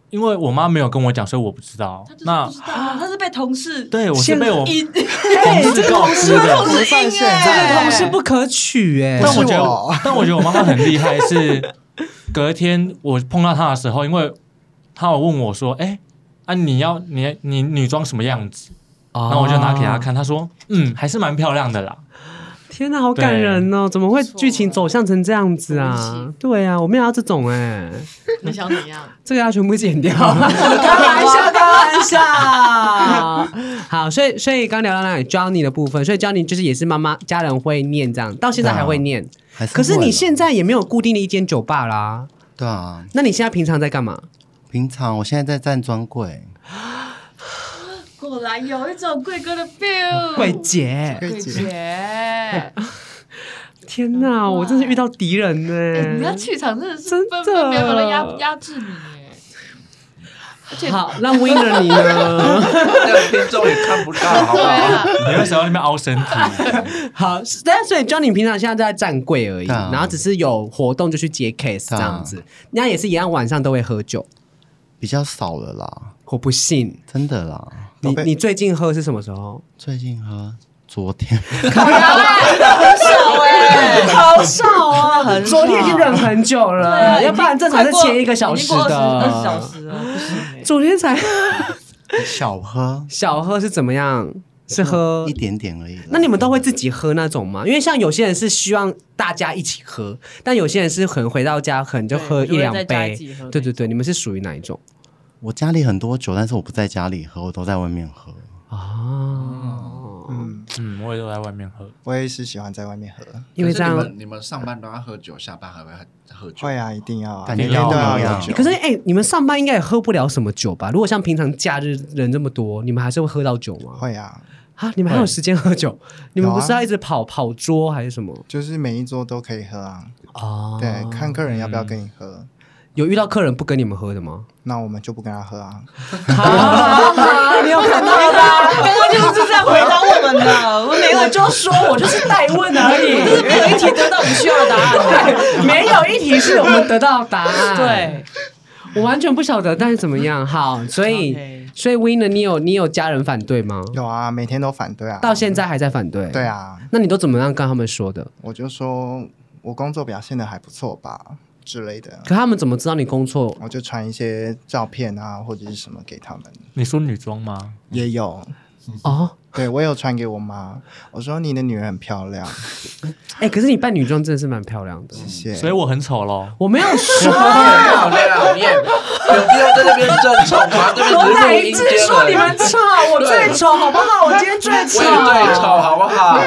因为我妈没有跟我讲，所以我不知道。 他就是那不知道啊，他是被同事对我是被我一同事告知的， 同事硬不算现这哎， 个同事不可取哎、 但我觉得不是我， 但我觉得我妈妈很厉害，是隔天我碰到她的时候，因为她有问我说：“哎、啊，你要你你女装什么样子？”然后我就拿给她看，她说：“嗯，还是蛮漂亮的啦。 天哪，好感人哦！怎么会剧情走向成这样子啊？对啊，我们也要这种哎、 你想怎样？ 这个要全部剪掉，开玩笑，开玩笑。好，所以所以刚聊到那里 ，Johnny 的部分，所以 Johnny 就是也是妈妈家人会念这样，到现在还会念。 还是可是会啦你现在也没有固定的一间酒吧啦， 对啊， 那你现在平常在干嘛？ 平常我现在在站专柜， 果然有一种贵哥的 feel， 柜姐， 贵柜姐姐， 天哪，我真是遇到敌人呢、 哎你要去场真的是真的分分秒秒的压压制你耶，而且好，那 Winner 你呢？ 这样听众也看不到，好不对好？ 啊， 你为什么要那边凹身体？ 好，但所以 Johnny 平常现在在站柜而已， 对啊然后只是有活动就去接 case 这对啊样子，那也是一样，晚上都会喝酒。 比较少了啦， 我不信， 真的啦。 你都被你最近喝是什么时候？ 最近喝，昨天很少哎， 好少啊， 很少昨天已经忍很久对了， 啊要不然正常是前一个小时已经过二十的， 小时了，不行哎， 昨天才小喝小喝是怎么样？是喝一点点而已啦。 那你们都会自己喝那种吗？因为像有些人是希望大家一起喝，但有些人是可能回到家可能就喝一两对我就会在家杯自己喝。 对对对，你们是属于哪一种我家里很多酒，但是我不在家里喝，我都在外面喝。 啊？ 嗯， 嗯，我也都在外面喝。 我也是喜欢在外面喝。 因为这样可是你们你们上班都要喝酒，下班还会喝酒？ 会啊，一定要啊， 感觉每天都要一样有酒。 可是哎、你们上班应该也喝不了什么酒吧？如果像平常假日人这么多，你们还是会喝到酒吗？ 会啊， 啊，你们还有时间喝酒？你们有啊不是要一直跑跑桌还是什么？ 就是每一桌都可以喝啊。 哦， 对，看客人要不要跟你喝， 有遇到客人不跟你们喝的吗？ 那我们就不跟他喝啊。 好，你有看到吗？ 刚刚就是这样回答我们的，我没有我就说我就是代问而已， 就是没有一题得到我们需要的答案。 对，没有一题是我们得到答案。 对， 我完全不晓得，但是怎么样？好，所以 OK 所以 Winner，你有你有家人反对吗？ 有啊，每天都反对啊。 到现在还在反对？ 对，啊， 那你都怎么样跟他们说的？ 我就说我工作表现的还不错吧之类的， 可他们怎么知道你工作？ 我就传一些照片啊或者是什么给他们。 你说女装吗？ 也有， 哦， 对我有传给我妈，我说你的女儿很漂亮， 哎、可是你扮女装真的是蛮漂亮的。 谢谢。 所以我很丑咯。 我没有说， 漂亮耶！有必要在那边争宠吗？这边我只是录音哪一次说间而已。 你们丑？我最丑好不好？我今天最丑， 我也最丑，好不好？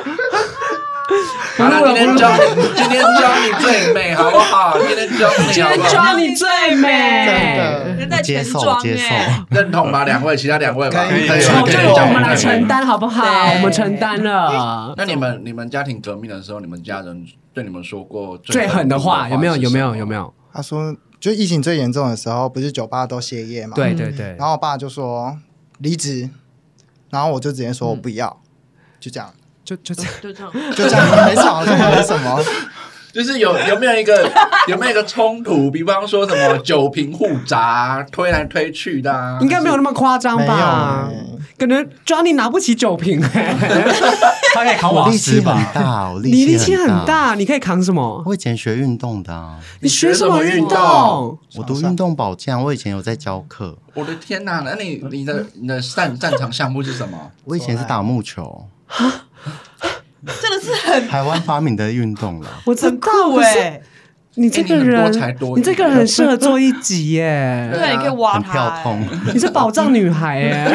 好了，今天教你，今天教你最美，好不好？今天教你， 今天好不好？ 抓你最美。 真人在接受全装接受哎， 认同吗？两位，其他两位吧， 可以可以丑就由我们来可以承担，好不好？ 对我们承担了。 那你们你们家庭革命的时候，你们家人对你们说过最狠的话有没有？有没有？有没有？ 有？ 他说，就疫情最严重的时候，不是酒吧都歇业嘛？ 对对对然。后我爸就说离职，然后我就直接说我不要，就这样， 就就这样， 就这样。 就这样，没吵，就没什么。 就是有有没有一个有没有一个冲突？比方说什么酒瓶互砸、推来推去的、啊， 应该没有那么夸张没有吧？ 欸可能 Johnny 拿不起酒瓶、欸， 他可以扛瓦我力气很斯吧？ 大，我你力力气很大。 大，你可以扛什么？ 我以前学运动的、啊， 你学什么运你学什么运动？ 我读运动保健，我以前有在教课。 我的天哪！那你你的你的擅擅长项目是什么？ 我以前是打木球， 真的是很台湾发明的运动啦。 我知道， 酷可是哎， 你这个欸你很人多才多艺， 你这个人很适合做一集耶。 对，你可以挖很他哎跳痛， 你是宝藏女孩耶！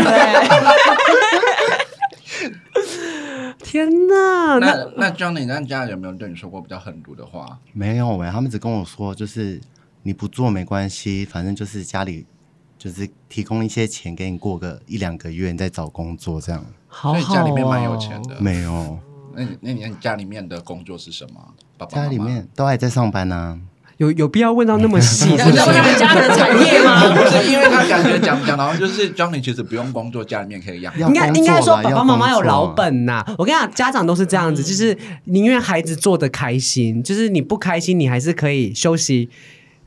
天哪， 那那那 Johnny，那家人有没有对你说过比较狠毒的话？ 没有哎、他们只跟我说，就是你不做没关系，反正就是家里就是提供一些钱给你过个一两个月，你再找工作这样。 好好所以家里面蛮有哦钱的。 没有， 那你那你你家里面的工作是什么？爸爸妈妈家里面都还在上班呢、啊。 有有必要问到那么细？是要不是问他们家的产业吗？ 不是因为他感觉讲讲的好像就是 Johnny 其实不用工作，家里面可以养。 要应该工作应该说， 啦爸爸妈妈要工作有老本呐、我跟你讲，家长都是这样子，就是宁愿孩子做的开心，就是你不开心，你还是可以休息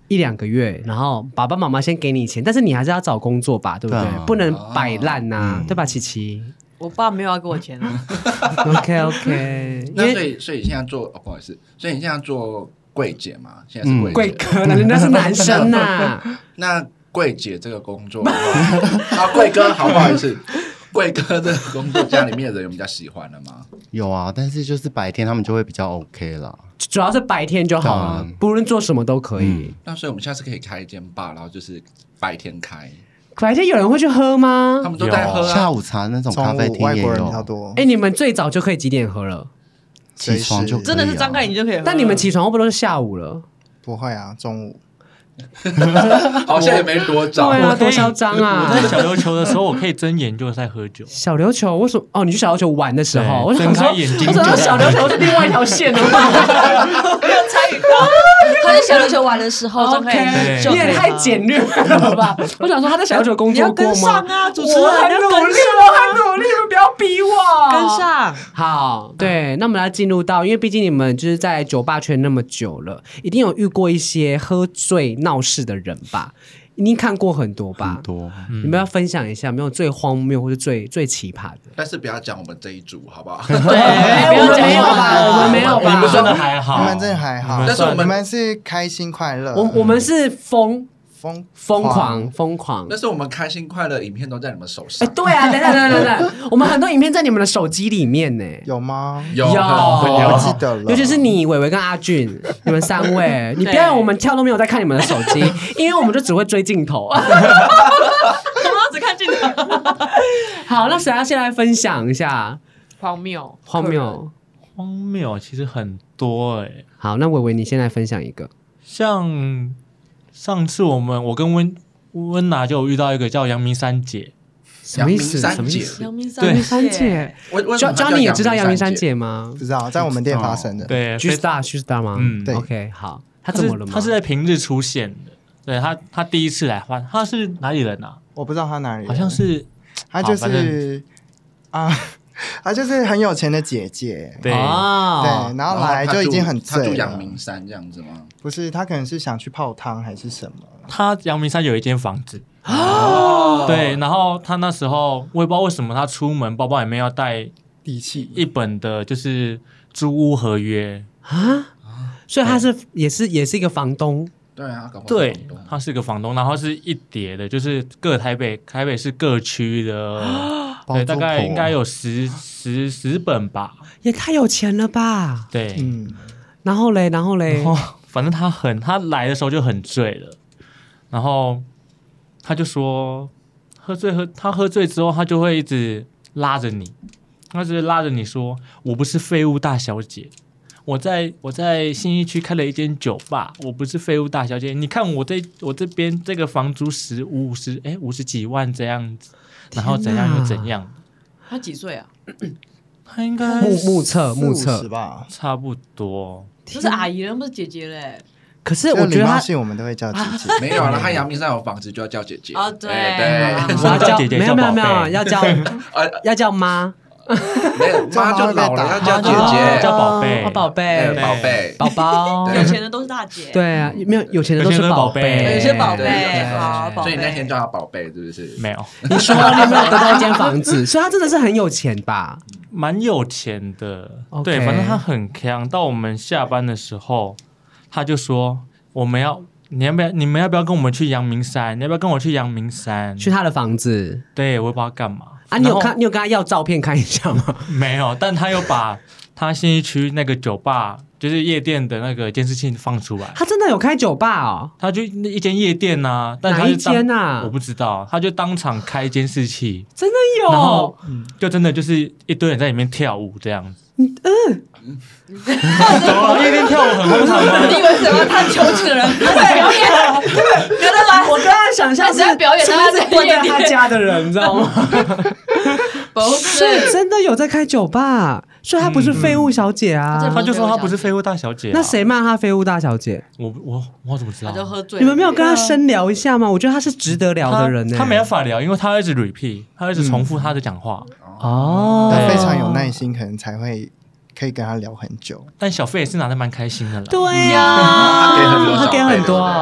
一两个月，然后爸爸妈妈先给你钱，但是你还是要找工作吧，对不对？ 对啊不能摆烂呐、 嗯对吧，琪琪我爸没有要给我钱啊， ？OK OK，因那所为以所以现在做哦，不好意思，所以你现在做柜姐嘛？现在是嗯柜姐。 贵哥呢，人家是男生呐、 那柜姐这个工作的话，啊，贵哥，好不好意思，贵哥这个工作，家里面的人有比较喜欢的吗？ 有啊，但是就是白天他们就会比较 OK 啦。 主要是白天就好了， 对不论做什么都可以。 嗯那所以我们下次可以开一间 bar，然后就是白天开， 白天有人会去喝吗他？们都在喝啊。 下午茶那种咖中啡厅也午外国人比较有， 多， 哎、你们最早就可以几点喝了？ 起床就可以啊真的是张开眼睛就可以喝了。 但你们起床会不会都是下午了？ 不会啊，中午好像也没多早。 对啊， 我可以多嚣张啊！ 我在小琉球的时候，我可以睁眼就在喝酒。 小琉球为什么？哦，你去小琉球玩的时候， 对我想说， 睁开眼睛我想说就小琉球是另外一条线的吗没有参与到。他在小琉球玩的时候，张开眼对睛就可以喝你也太简略了吧！我想说他在小琉球工你要作过跟上吗？ 啊，主持人我很你要努力， 跟上我很努力，不要逼我。 跟上。 好，对，那我们来进入到，因为毕竟你们就是在酒吧圈那么久了，一定有遇过一些喝醉闹事的人吧？一定看过很多吧很？多。 你们要分享一下，有没有最荒谬或者最最奇葩的？ 但是不要讲我们这一组，好不好？ 对， 我们没有吧？我们没有吧？ 你们真的还好， 你们真的还好， 你们但是我们你们是开心快乐， 我我们是疯疯疯狂疯狂但。是我们开心快乐影片都在你们手上哎，。对啊，等等等等等，我们很多影片在你们的手机里面呢。 有吗？ 有有我不记得了， 尤其是你伟伟跟阿俊，你们三位，你不要让我们跳都没有在看你们的手机，因为我们就只会追镜头。 我们都只看镜头。 好，那谁要先来分享一下荒谬， 荒谬？ 荒谬，其实很多哎、 好，那伟伟你先来分享一个。 像上次我们我跟温温拿就有遇到一个叫阳明山姐， 什么意思？ 阳明山姐什么意思？ 阳明山对三姐我我 ，Johnny 叫也知道阳明山山姐吗不知道在我们店发生的， 对， ？G 非 Star G Star 吗？ 嗯对 ，OK，好，他他是怎么了吗？ 他是在平日出现的，对他他第一次来换，他是哪里人啊？ 我不知道他哪里人， 好像是他就好反是啊，他就是很有钱的姐姐， 对、 哦对，，然后来就已经很他住醉了， 阳明山这样子吗？ 不是他可能是想去泡汤还是什么， 他阳明山有一间房子， 哦， 对，然后他那时候我也不知道为什么他出门包包里面要带地气一本的，就是租屋合约， 啊，所以他是也是也是一个房东。 对啊，搞不好对是房东， 他是个房东，然后是一叠的，就是各台北台北市各区的，对， 包租大概婆应该有十十十本吧， 也太有钱了吧！ 对， 嗯， 然后嘞，然后嘞然，后反正他很，他来的时候就很醉了，然后他就说喝醉喝，他喝醉之后他就会一直拉着你，他就是拉着你说我不是废物大小姐。我在我在信义区开了一间酒吧，我不是废物大小姐。你看我这我这边这个房租十五十哎五十几万这样子，然后怎样又怎样。 他几岁啊？ 他应该目目测目四五十测。 吧， 差不多。 不是阿姨了，不是姐姐嘞。 可是就礼貌我觉得他， 性我们都会叫姐姐， 没有了。他阳明山有房子就要叫姐姐哦对哎对， 我要叫姐姐没有没有没叫宝贝有要叫呃， 要叫妈， 没有妈就老了要叫姐姐， 叫宝贝哦宝哎贝， 宝贝， 宝宝。 对有钱的都是大姐。 对啊，没有有钱的都是宝贝， 有些宝对贝， 对好宝贝。 所以你那天叫他宝贝是不是？ 没有， 你说你有没有得到一间房子？所以他真的是很有钱吧？ 蛮有钱的。 OK 对，反正他很强。到我们下班的时候，他就说我们要。你要不要？你们要不要跟我们去阳明山？你要不要跟我去阳明山？ 去他的房子对，我也不知道干嘛啊？你有然后看？你有跟他要照片看一下吗？ 没有？但他又把他信义区那个酒吧，就是夜店的那个监视器放出来。 他真的有开酒吧哦？ 他就那一间夜店呐、啊，但他哪一就当间啊我不知道，他就当场开监视器， 真的然后有？ 就真的就是一堆人在里面跳舞这样子。嗯，怎么了？夜店跳舞很荒唐吗？ 你以为什么？他求情的人，他在表演，原来我刚才想象他是在表演， 是他在不是混在夜店， 他家的人，你知道吗？ 不所以是。 真的有在开酒吧，所以她不是废物小姐啊。 嗯他就说他不是废物大小姐、啊， 那谁骂她废物大小姐？ 我我我怎么知道他？就喝醉了。 你们没有跟她深聊一下吗？我觉得她是值得聊的人呢、 他他没办法聊，因为他一直 repeat，他一直重复他的讲话。 哦， 他对非常有耐心，可能才会可以跟他聊很久。 但小费也是拿的蛮开心的啦。 对呀呀， 他给很多她给很多小费哦。 还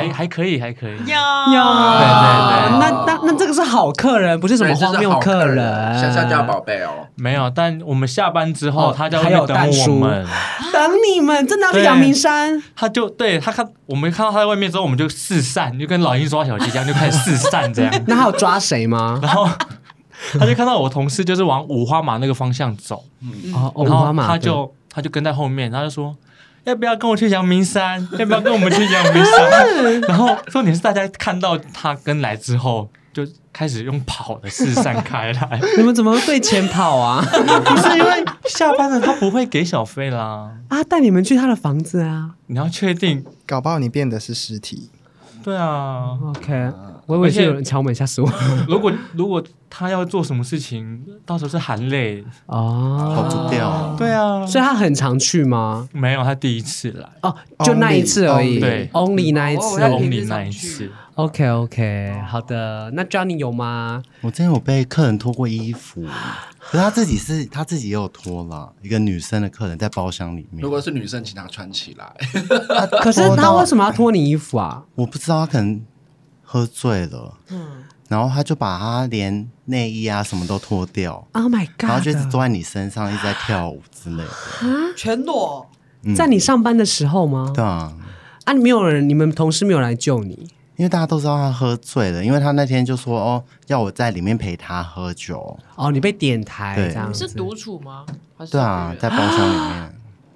还还可以，还可以。 呀呀， 对对对那那那这个是好客人，不是什么荒谬客人。 下下叫宝贝哦。 没有，但我们下班之后， 哦他在外面等我们， 等你们，真的要去阳明山？ 他就对他看我们看到他在外面之后，我们就四散，就跟老鹰抓小鸡一样，就开始四散这样。 那还有抓谁吗？ 然后他就看到我同事就是往五花马那个方向走， 哦，五然后花马， 他就他就跟在后面，他就说。要不要跟我去阳明山？要不要跟我们去阳明山？然后重点是大家看到他跟来之后，就开始用跑的四散开来。 你们怎么对前跑啊？ 不是因为下班了他不会给小费啦。 啊，带你们去他的房子啊。 你要确定， 搞不好你变的是尸体。 对啊。 OK， 我以为是有人敲门，吓死我。 如果如果他要做什么事情，到时候是含泪哦， 跑不掉。 对啊， 所以他很常去吗？ 没有，他第一次来。 哦，就那一次而已。 对 ，only 那一次 ，only 那一次。 OK OK， 好的。那 Johnny 有吗？ 我之前有被客人脱过衣服，可是他自己是他自己也有脱啦。一个女生的客人在包厢里面。 如果是女生，请她穿起来。 可是他为什么要脱你衣服啊？ 我不知道，他可能喝醉了。嗯。然后他就把他连内衣啊什么都脱掉 ，Oh my god！ 然后就一直坐在你身上，一直在跳舞之类的。 全裸， 嗯、 在你上班的时候吗？ 对啊。 啊，没有人，你们同事没有来救你？ 因为大家都知道他喝醉了，因为他那天就说哦，要我在里面陪他喝酒。 哦，你被点台这样子？ 你是独处吗？还是对啊，在包厢里面。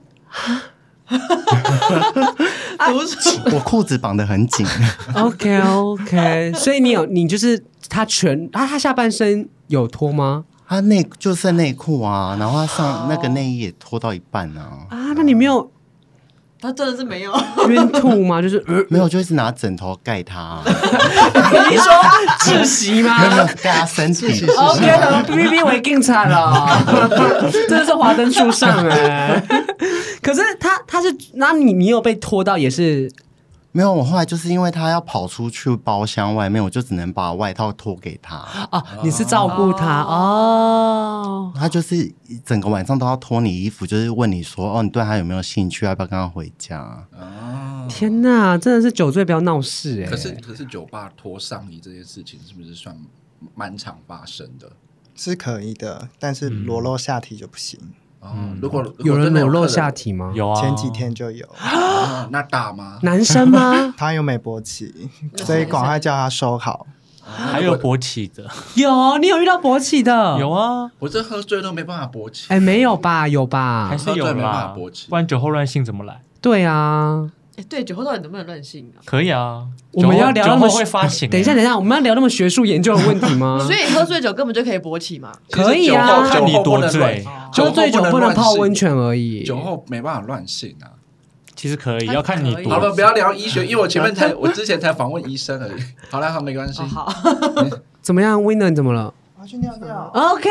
独处， 我裤子绑得很紧。 OK OK， 所以你有你就是他全他他下半身有脱吗？ 他内就剩内裤啊，然后他上那个内衣也脱到一半啊。 啊，那你没有？ 他真的是没有晕吐吗？就是、呃、 没有，就一直拿枕头盖他、啊。 你说窒息吗？ 没有没有盖他身体。 OK，B B B 我也更惨了，真的是华灯初上哎。可是他他是，那你你有被拖到也是？ 没有，我后来就是因为他要跑出去包厢外面，我就只能把外套脱给他。 哦，你是照顾他哦。 他就是整个晚上都要脱你衣服，就是问你说，哦，你对他有没有兴趣，要不要跟他回家？ 哦， 天哪，真的是酒醉不要闹事哎、欸。 可是可是酒吧脱上衣这件事情是不是算蛮常发生的？ 是可以的，但是裸露下体就不行。 嗯，如果有人裸露下体吗？ 有啊， 前几天就有。 哦、那大吗？ 男生吗？ 他有没勃起，所以赶快叫他收好。 还有勃起的， 有，你有遇到勃起的？ 有啊， 我这喝醉都没办法勃起。 哎、欸，没有吧？有吧？ 还是有啦，不然酒后乱性怎么来？ 对啊。 哎、欸，对，酒后到底能不能乱性啊？ 可以啊， 我们要聊那么会发行、欸。 等一下，等一下，我们要聊那么学术研究的问题吗？ 所以喝醉酒根本就可以勃起嘛？ 可以啊， 看你多醉， 喝醉酒不能泡温泉而已， 酒后没办法乱性啊。 其实可以，要看你多。 好了，不要聊医学，因为我前面才，我之前才访问医生而已。好了，好，没关系。 哦、好， 怎么样 ，Winner 你怎么了？ 我去尿尿。 OK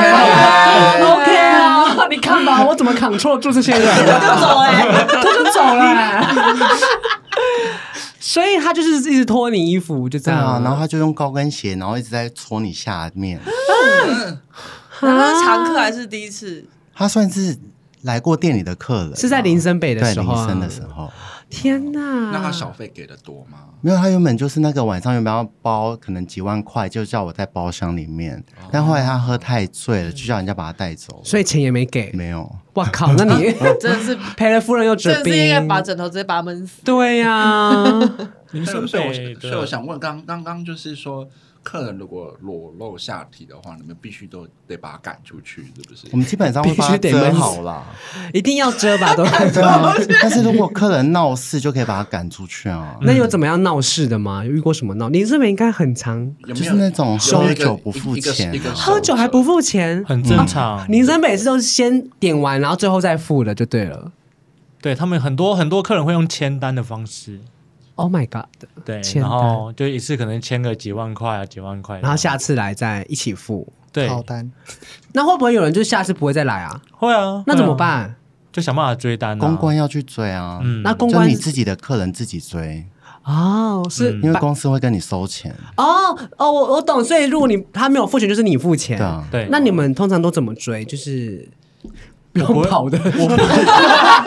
OK 啊，你看吧，我怎么 control 住这些人？ 他就走哎、欸， 他就走了、欸。所以他就是一直脱你衣服，就这样。 啊，然后他就用高跟鞋，然后一直在戳你下面。 嗯，他是常客还是第一次？ 他算是来过店里的客人， 是在林森北的时候、啊， 对，林森的时候。 天哪！ 那他小费给的多吗？ 没有，他原本就是那个晚上原本要包可能几万块，就叫我在包厢里面，哦、但后来他喝太醉了，就叫人家把他带走， 所以钱也没给。 没有。 哇靠！那你真的是赔了夫人又折兵， 真的是应该把枕头直接把他闷死。 对呀、啊， 林森北的。 所以我想问，刚刚刚就是说。客人如果裸露下体的话，你们必须都得把他赶出去，是不是？ 我们基本上会把他遮好啦， 一定要遮吧，都对啊。但是如果客人闹事，就可以把他赶出去啊。 那有怎么样闹事的吗？有遇过什么闹？你这边应该很常， 有就是那种喝酒不付钱、啊， 喝酒还不付钱， 很正常。 林森北是都是先点完，然后最后再付的，就对了。 对他们很多很多客人会用签单的方式。 Oh my god！ 对，然后就一次可能签个几万块啊，几万块， 然后下次来再一起付。 对， 套单。 那会不会有人就下次不会再来啊？ 会啊， 那怎么办？ 就想办法追单啊。 公关要去追啊， 嗯， 那公关就你自己的客人自己追。 哦，是、 嗯、因为公司会跟你收钱。 哦哦，我我懂。所以如果你他没有付钱，就是你付钱。 对啊， 对。 那你们通常都怎么追？就是不用跑的。 我不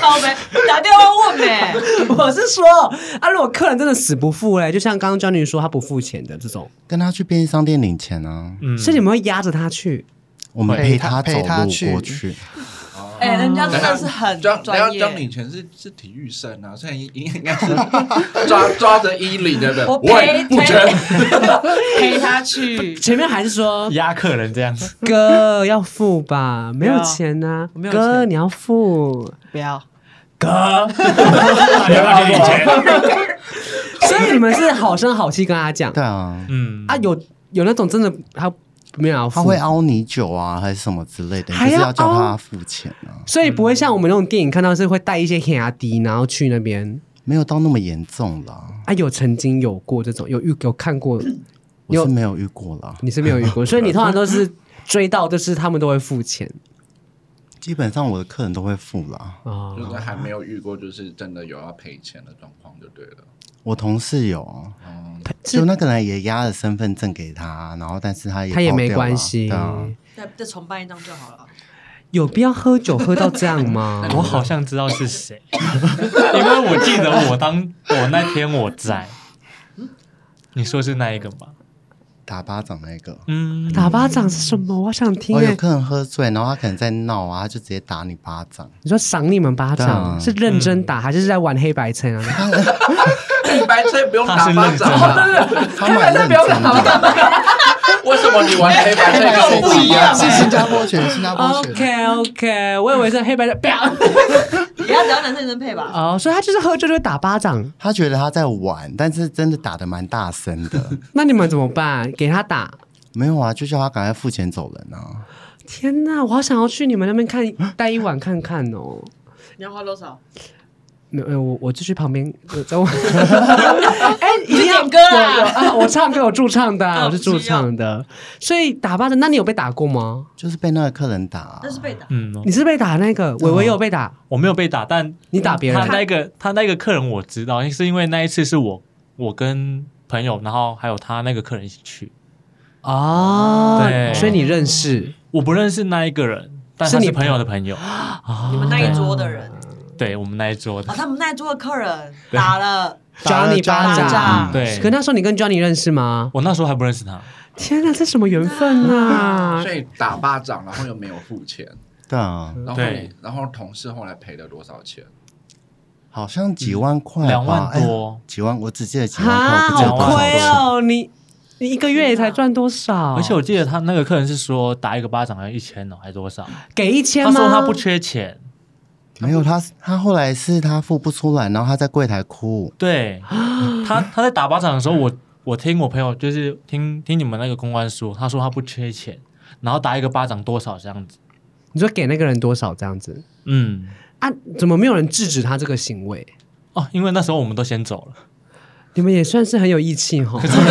靠呗，打电话问呗。 我是说啊，如果客人真的死不付嘞，就像刚刚 Johnny 说他不付钱的这种， 跟他去便利商店领钱啊， 嗯， 所以你们会压着他去。 我们陪他走陪他路去过去。 哎，人家真的是很张专业。 张领钱是是体育生啊，所以应应该是抓抓着衣领的人， 我陪不全。 陪他去。 前面还是说压客人这样子。 哥要付吧，没有钱呐、 我没有钱哥你要付， 不要， 哥， 要不要领钱？ 所以你们是好声好气跟他讲对啊， 嗯啊，有有那种真的他没有要付， 他会凹你酒啊，还是什么之类的， 还要就是要叫凹他付钱啊， 所以不会像我们那种电影看到是会带一些黑压低，然后去那边没有到那么严重啦。 啊，有曾经有过这种有遇有看过， 我是没有遇过啦， 你是没有遇过，所以你通常都是追到就是他们都会付钱基本上我的客人都会付啦。 啊。 就是还没有遇过，就是真的有要赔钱的状况就对了。 我同事有啊， 嗯， 是就那个人也压了身份证给他，然后但是他也他也没跑掉了关系对啊， 再再重办一张就好了。 有必要喝酒喝到这样吗？ 我好像知道是谁，因为我记得我当我那天我在，你说是那一个吗？ 打巴掌那个。 嗯， 打巴掌是什么？我想听哎、 我有客人喝醉，然后他可能在闹啊，他就直接打你巴掌。 你说赏你们巴掌、 对啊是认真打、还是在玩黑白称啊？ 黑白菜不用打他是巴掌认真啊？ 的， 他蛮认真的， 为什么你玩黑白菜跟我不一样？ 是新加坡拳，新加坡拳。 OK OK，我以为是黑白的， 你要只要男生女生配吧。 哦，所以他就是喝酒就会打巴掌。 他觉得他在玩，但是真的打得蛮大声的。 那你们怎么办？给他打？ 没有啊，就叫他赶快付钱走人啊！ 天哪，我好想要去你们那边看待一晚看看哦。 你要花多少？ 没有，我我就去旁边，我在我。哎，一定要点歌啦有有啊！我唱歌有驻唱的、啊， 哦我是驻唱的，所以打巴掌。那你有被打过吗？ 就是被那个客人打、啊， 那是被打。 嗯， 你是被打那个？伟伟也有被打， 我没有被打，但你打别人他那个他那个客人我知道，是因为那一次是我我跟朋友，然后还有他那个客人一起去， 哦， 对所以你认识。 我不认识那一个人，但他是你是朋友的朋友， 你们那一桌的人， 对我们那一桌的哦，，他们那一桌的客人打了 Johnny 巴巴掌掌， 对可那时候你跟 Johnny 认识吗？ 我那时候还不认识他， 天哪，这什么缘分呐、 所以打巴掌，然后又没有付钱， 对啊， 然后对你然后同事后来赔了多少钱？ 好像几万块吧， 两万哎多， 几万，我只记得几万哈， 块，不记得好多少亏钱。 哦！你你一个月也才赚多少？ 而且我记得他那个客人是说打一个巴掌要一千哦，还多少？ 给一千吗？ 他说他不缺钱， 没有他，他后来是他付不出来，然后他在柜台哭。 对他他在打巴掌的时候，我我听我朋友就是听听你们那个公关说，他说他不缺钱，然后打一个巴掌多少这样子， 你说给那个人多少这样子嗯， 啊？怎么没有人制止他这个行为？ 哦，因为那时候我们都先走了， 你们也算是很有义气哈。 不是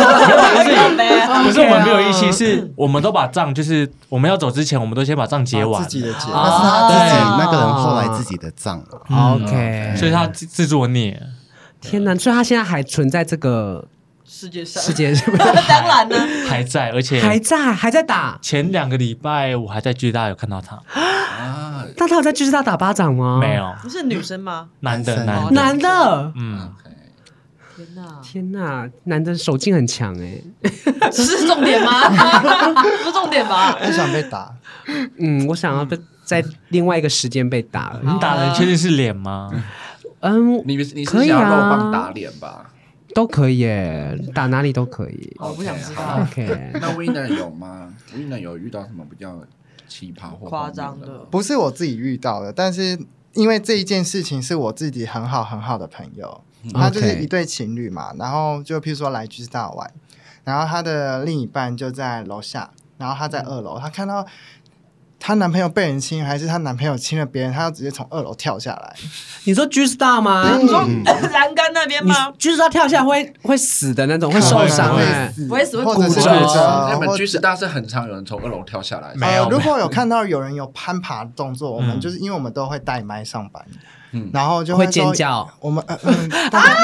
我们没有义气，是我们都把账就是我们要走之前，我们都先把账结完自，己的结， 啊那是他自己对那个人后来自己的账啊， OK， 所以他自自作孽。 天哪！所以他现在还存在这个世界上世界上， 当然呢， 还在，而且还在还在打。 前两个礼拜我还在巨大有看到他， 啊， 那他有在继续他打巴掌吗？ 没，有不是女生吗？ 男的男生男的， 男的。 嗯， 天哪， 天哪，男的手劲很强哎。 这是重点吗？不是重点吧？ 不想被打。 嗯，我想要被在另外一个时间被打了。 你打的确定是脸吗？ 嗯， 你你是可以想要肉啊棒打脸吧？ 都可以耶，打哪里都可以。 我不想知道。 OK， 那 Winner 有吗？Winner 有遇到什么比较奇葩或夸张的荒谬吗不是我自己遇到的，但是因为这一件事情是我自己很好很好的朋友，他就是 OK 一对情侣嘛，然后就譬如说来居大玩，然后他的另一半就在楼下，然后他在二楼，他看到她男朋友被人亲，还是她男朋友亲了别人，她要直接从二楼跳下来。 你说 G Star 吗？ 你说栏杆那边你吗？ G Star 跳下来会会死的那种，会受伤哎。 死不会死会或者是骨折骨折， 日本或居士大是很常有人从二楼跳下来， 没有呃，如果有看到有人有攀爬的动作，我们嗯就是因为我们都会带麦上班， 嗯然后就会说尖叫。 我们呃嗯，大家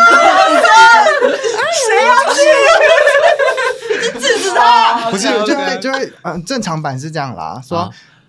制止他！ 不是就会就会嗯，正常版是这样啦，说啊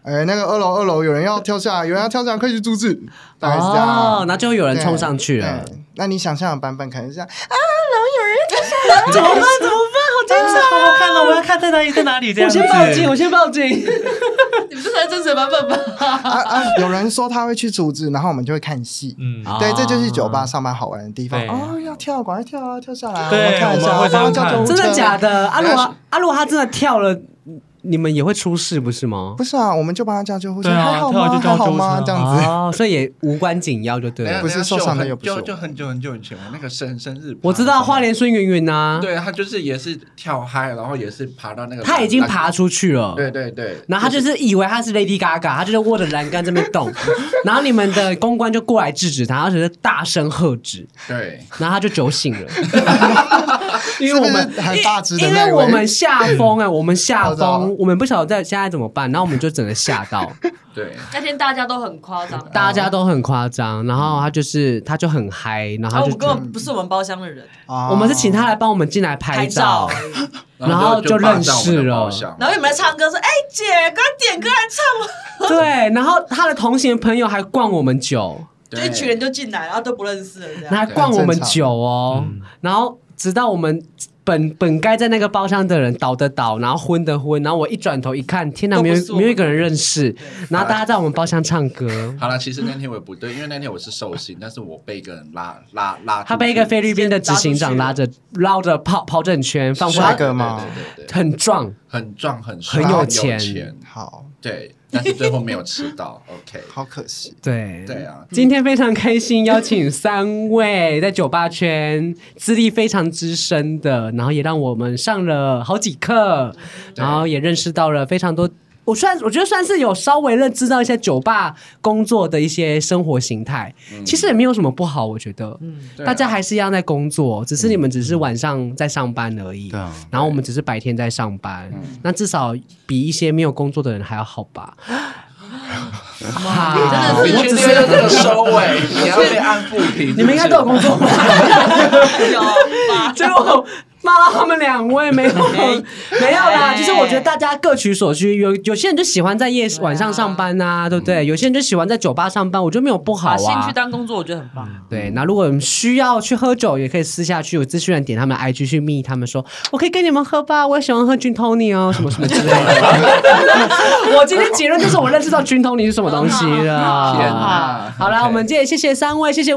哎，那个二楼二楼有人要跳下来，有人要跳下来，快去阻止，大概是这样。 哦，然后就会有人冲上去了。 对，那你想象的版本可能是这样啊， 怎么办？怎么办？好精彩！ 好好看了，我要看在哪里，在哪里这我样子。 先报警，我先报警。 你们这才是真实版本吧？ 啊啊！有人说他会去阻止，然后我们就会看戏。 嗯， 对，这就是酒吧上班好玩的地方。 对哦，要跳，赶快跳啊，跳下来啊！ 对我们看一下， 我们会这样看帮他叫救护车。 真的假的？阿鲁没关啊，阿鲁他真的跳了，你们也会出事不是吗？ 不是啊，我们就帮他叫救护车， 对啊还好吗？ 跳了就叫还好吗？ 救护车这样子。 哦，所以也无关紧要就对了。 不是受伤的又不是我就就很久很久以前，我那个生生日， 我知道花莲孙云云啊， 对他就是也是跳嗨，然后也是爬到那个， 他已经爬出去了。 对对对， 然后他就是以为他是 Lady Gaga，他就是握着栏杆这边动，然后你们的公关就过来制止他，而且是大声喝止， 对， 然后他就酒醒了。因为我们是不是很大只的因那位为我们下风哎、我们下我知道风，我们不晓得在现在怎么办，然后我们就整个吓到， 对， 那天大家都很夸张， 大家都很夸张，然后他就是他就很嗨，然后他就然后我们根本不是我们包厢的人， 啊我们是请他来帮我们进来拍拍照照， 而已。 然后就认识了然后你们来唱歌说：“哎、姐，赶快点歌来唱。 对，然后他的同行朋友还灌我们酒，” 就一群人就进来，然后都不认识了，这他还样。 灌我们酒哦， 嗯然后直到我们本本该在那个包厢的人倒的倒，然后昏的昏，然后我一转头一看，天哪，没有都不是我们没有一个人认识，然后大家在我们包厢唱歌。 好了，其实那天我也不对，因为那天我是寿星，但是我被一个人拉拉拉出去， 他被一个菲律宾的执行长拉着绕着跑跑整圈，放帅过哥吗对对对对， 很壮， 很壮很帅很有有钱好对，但是最后没有吃到，OK， 好可惜。 对对啊， 今天非常开心，邀请三位在酒吧圈资历非常资深的，然后也让我们上了好几课， 对然后也认识到了非常多。我算我觉得算是有稍微认知到一些酒吧工作的一些生活形态，其实也没有什么不好，我觉得， 对啊大家还是一样在工作，只是你们只是晚上在上班而已， 对啊然后我们只是白天在上班，那至少比一些没有工作的人还要好吧？好， 你确定我只是要这个收尾？你要被按不平， 你们应该都有工作吧？ 有吧？ 结果骂到他们两位没有没有啦，就是我觉得大家各取所需，有有些人就喜欢在夜晚上上班啊，对不对？有些人就喜欢在酒吧上班，我觉得没有不好把兴趣啊。 当工作，我觉得很棒。 对，那如果需要去喝酒，也可以私下去有资讯人点他们的 I G 去密他们说，我可以跟你们喝吧，我也喜欢喝 Gin Tony 哦，什么什么之类的。我今天结论就是我认识到 Gin Tony 是什么东西了。 天哪好啦， OK 我们今天谢谢三位，谢谢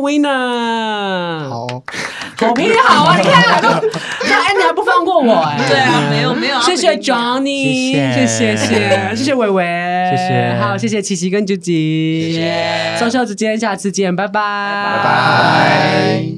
Winner。 好， 好评好啊！你看，都那哎，你还不放过我哎？ 对啊，没有没有， 谢谢 Johnny，谢谢谢谢谢谢谢谢伟伟， 谢谢好，谢谢琪琪跟啾吉， 谢谢双秀之间，下次见，拜拜， 拜拜。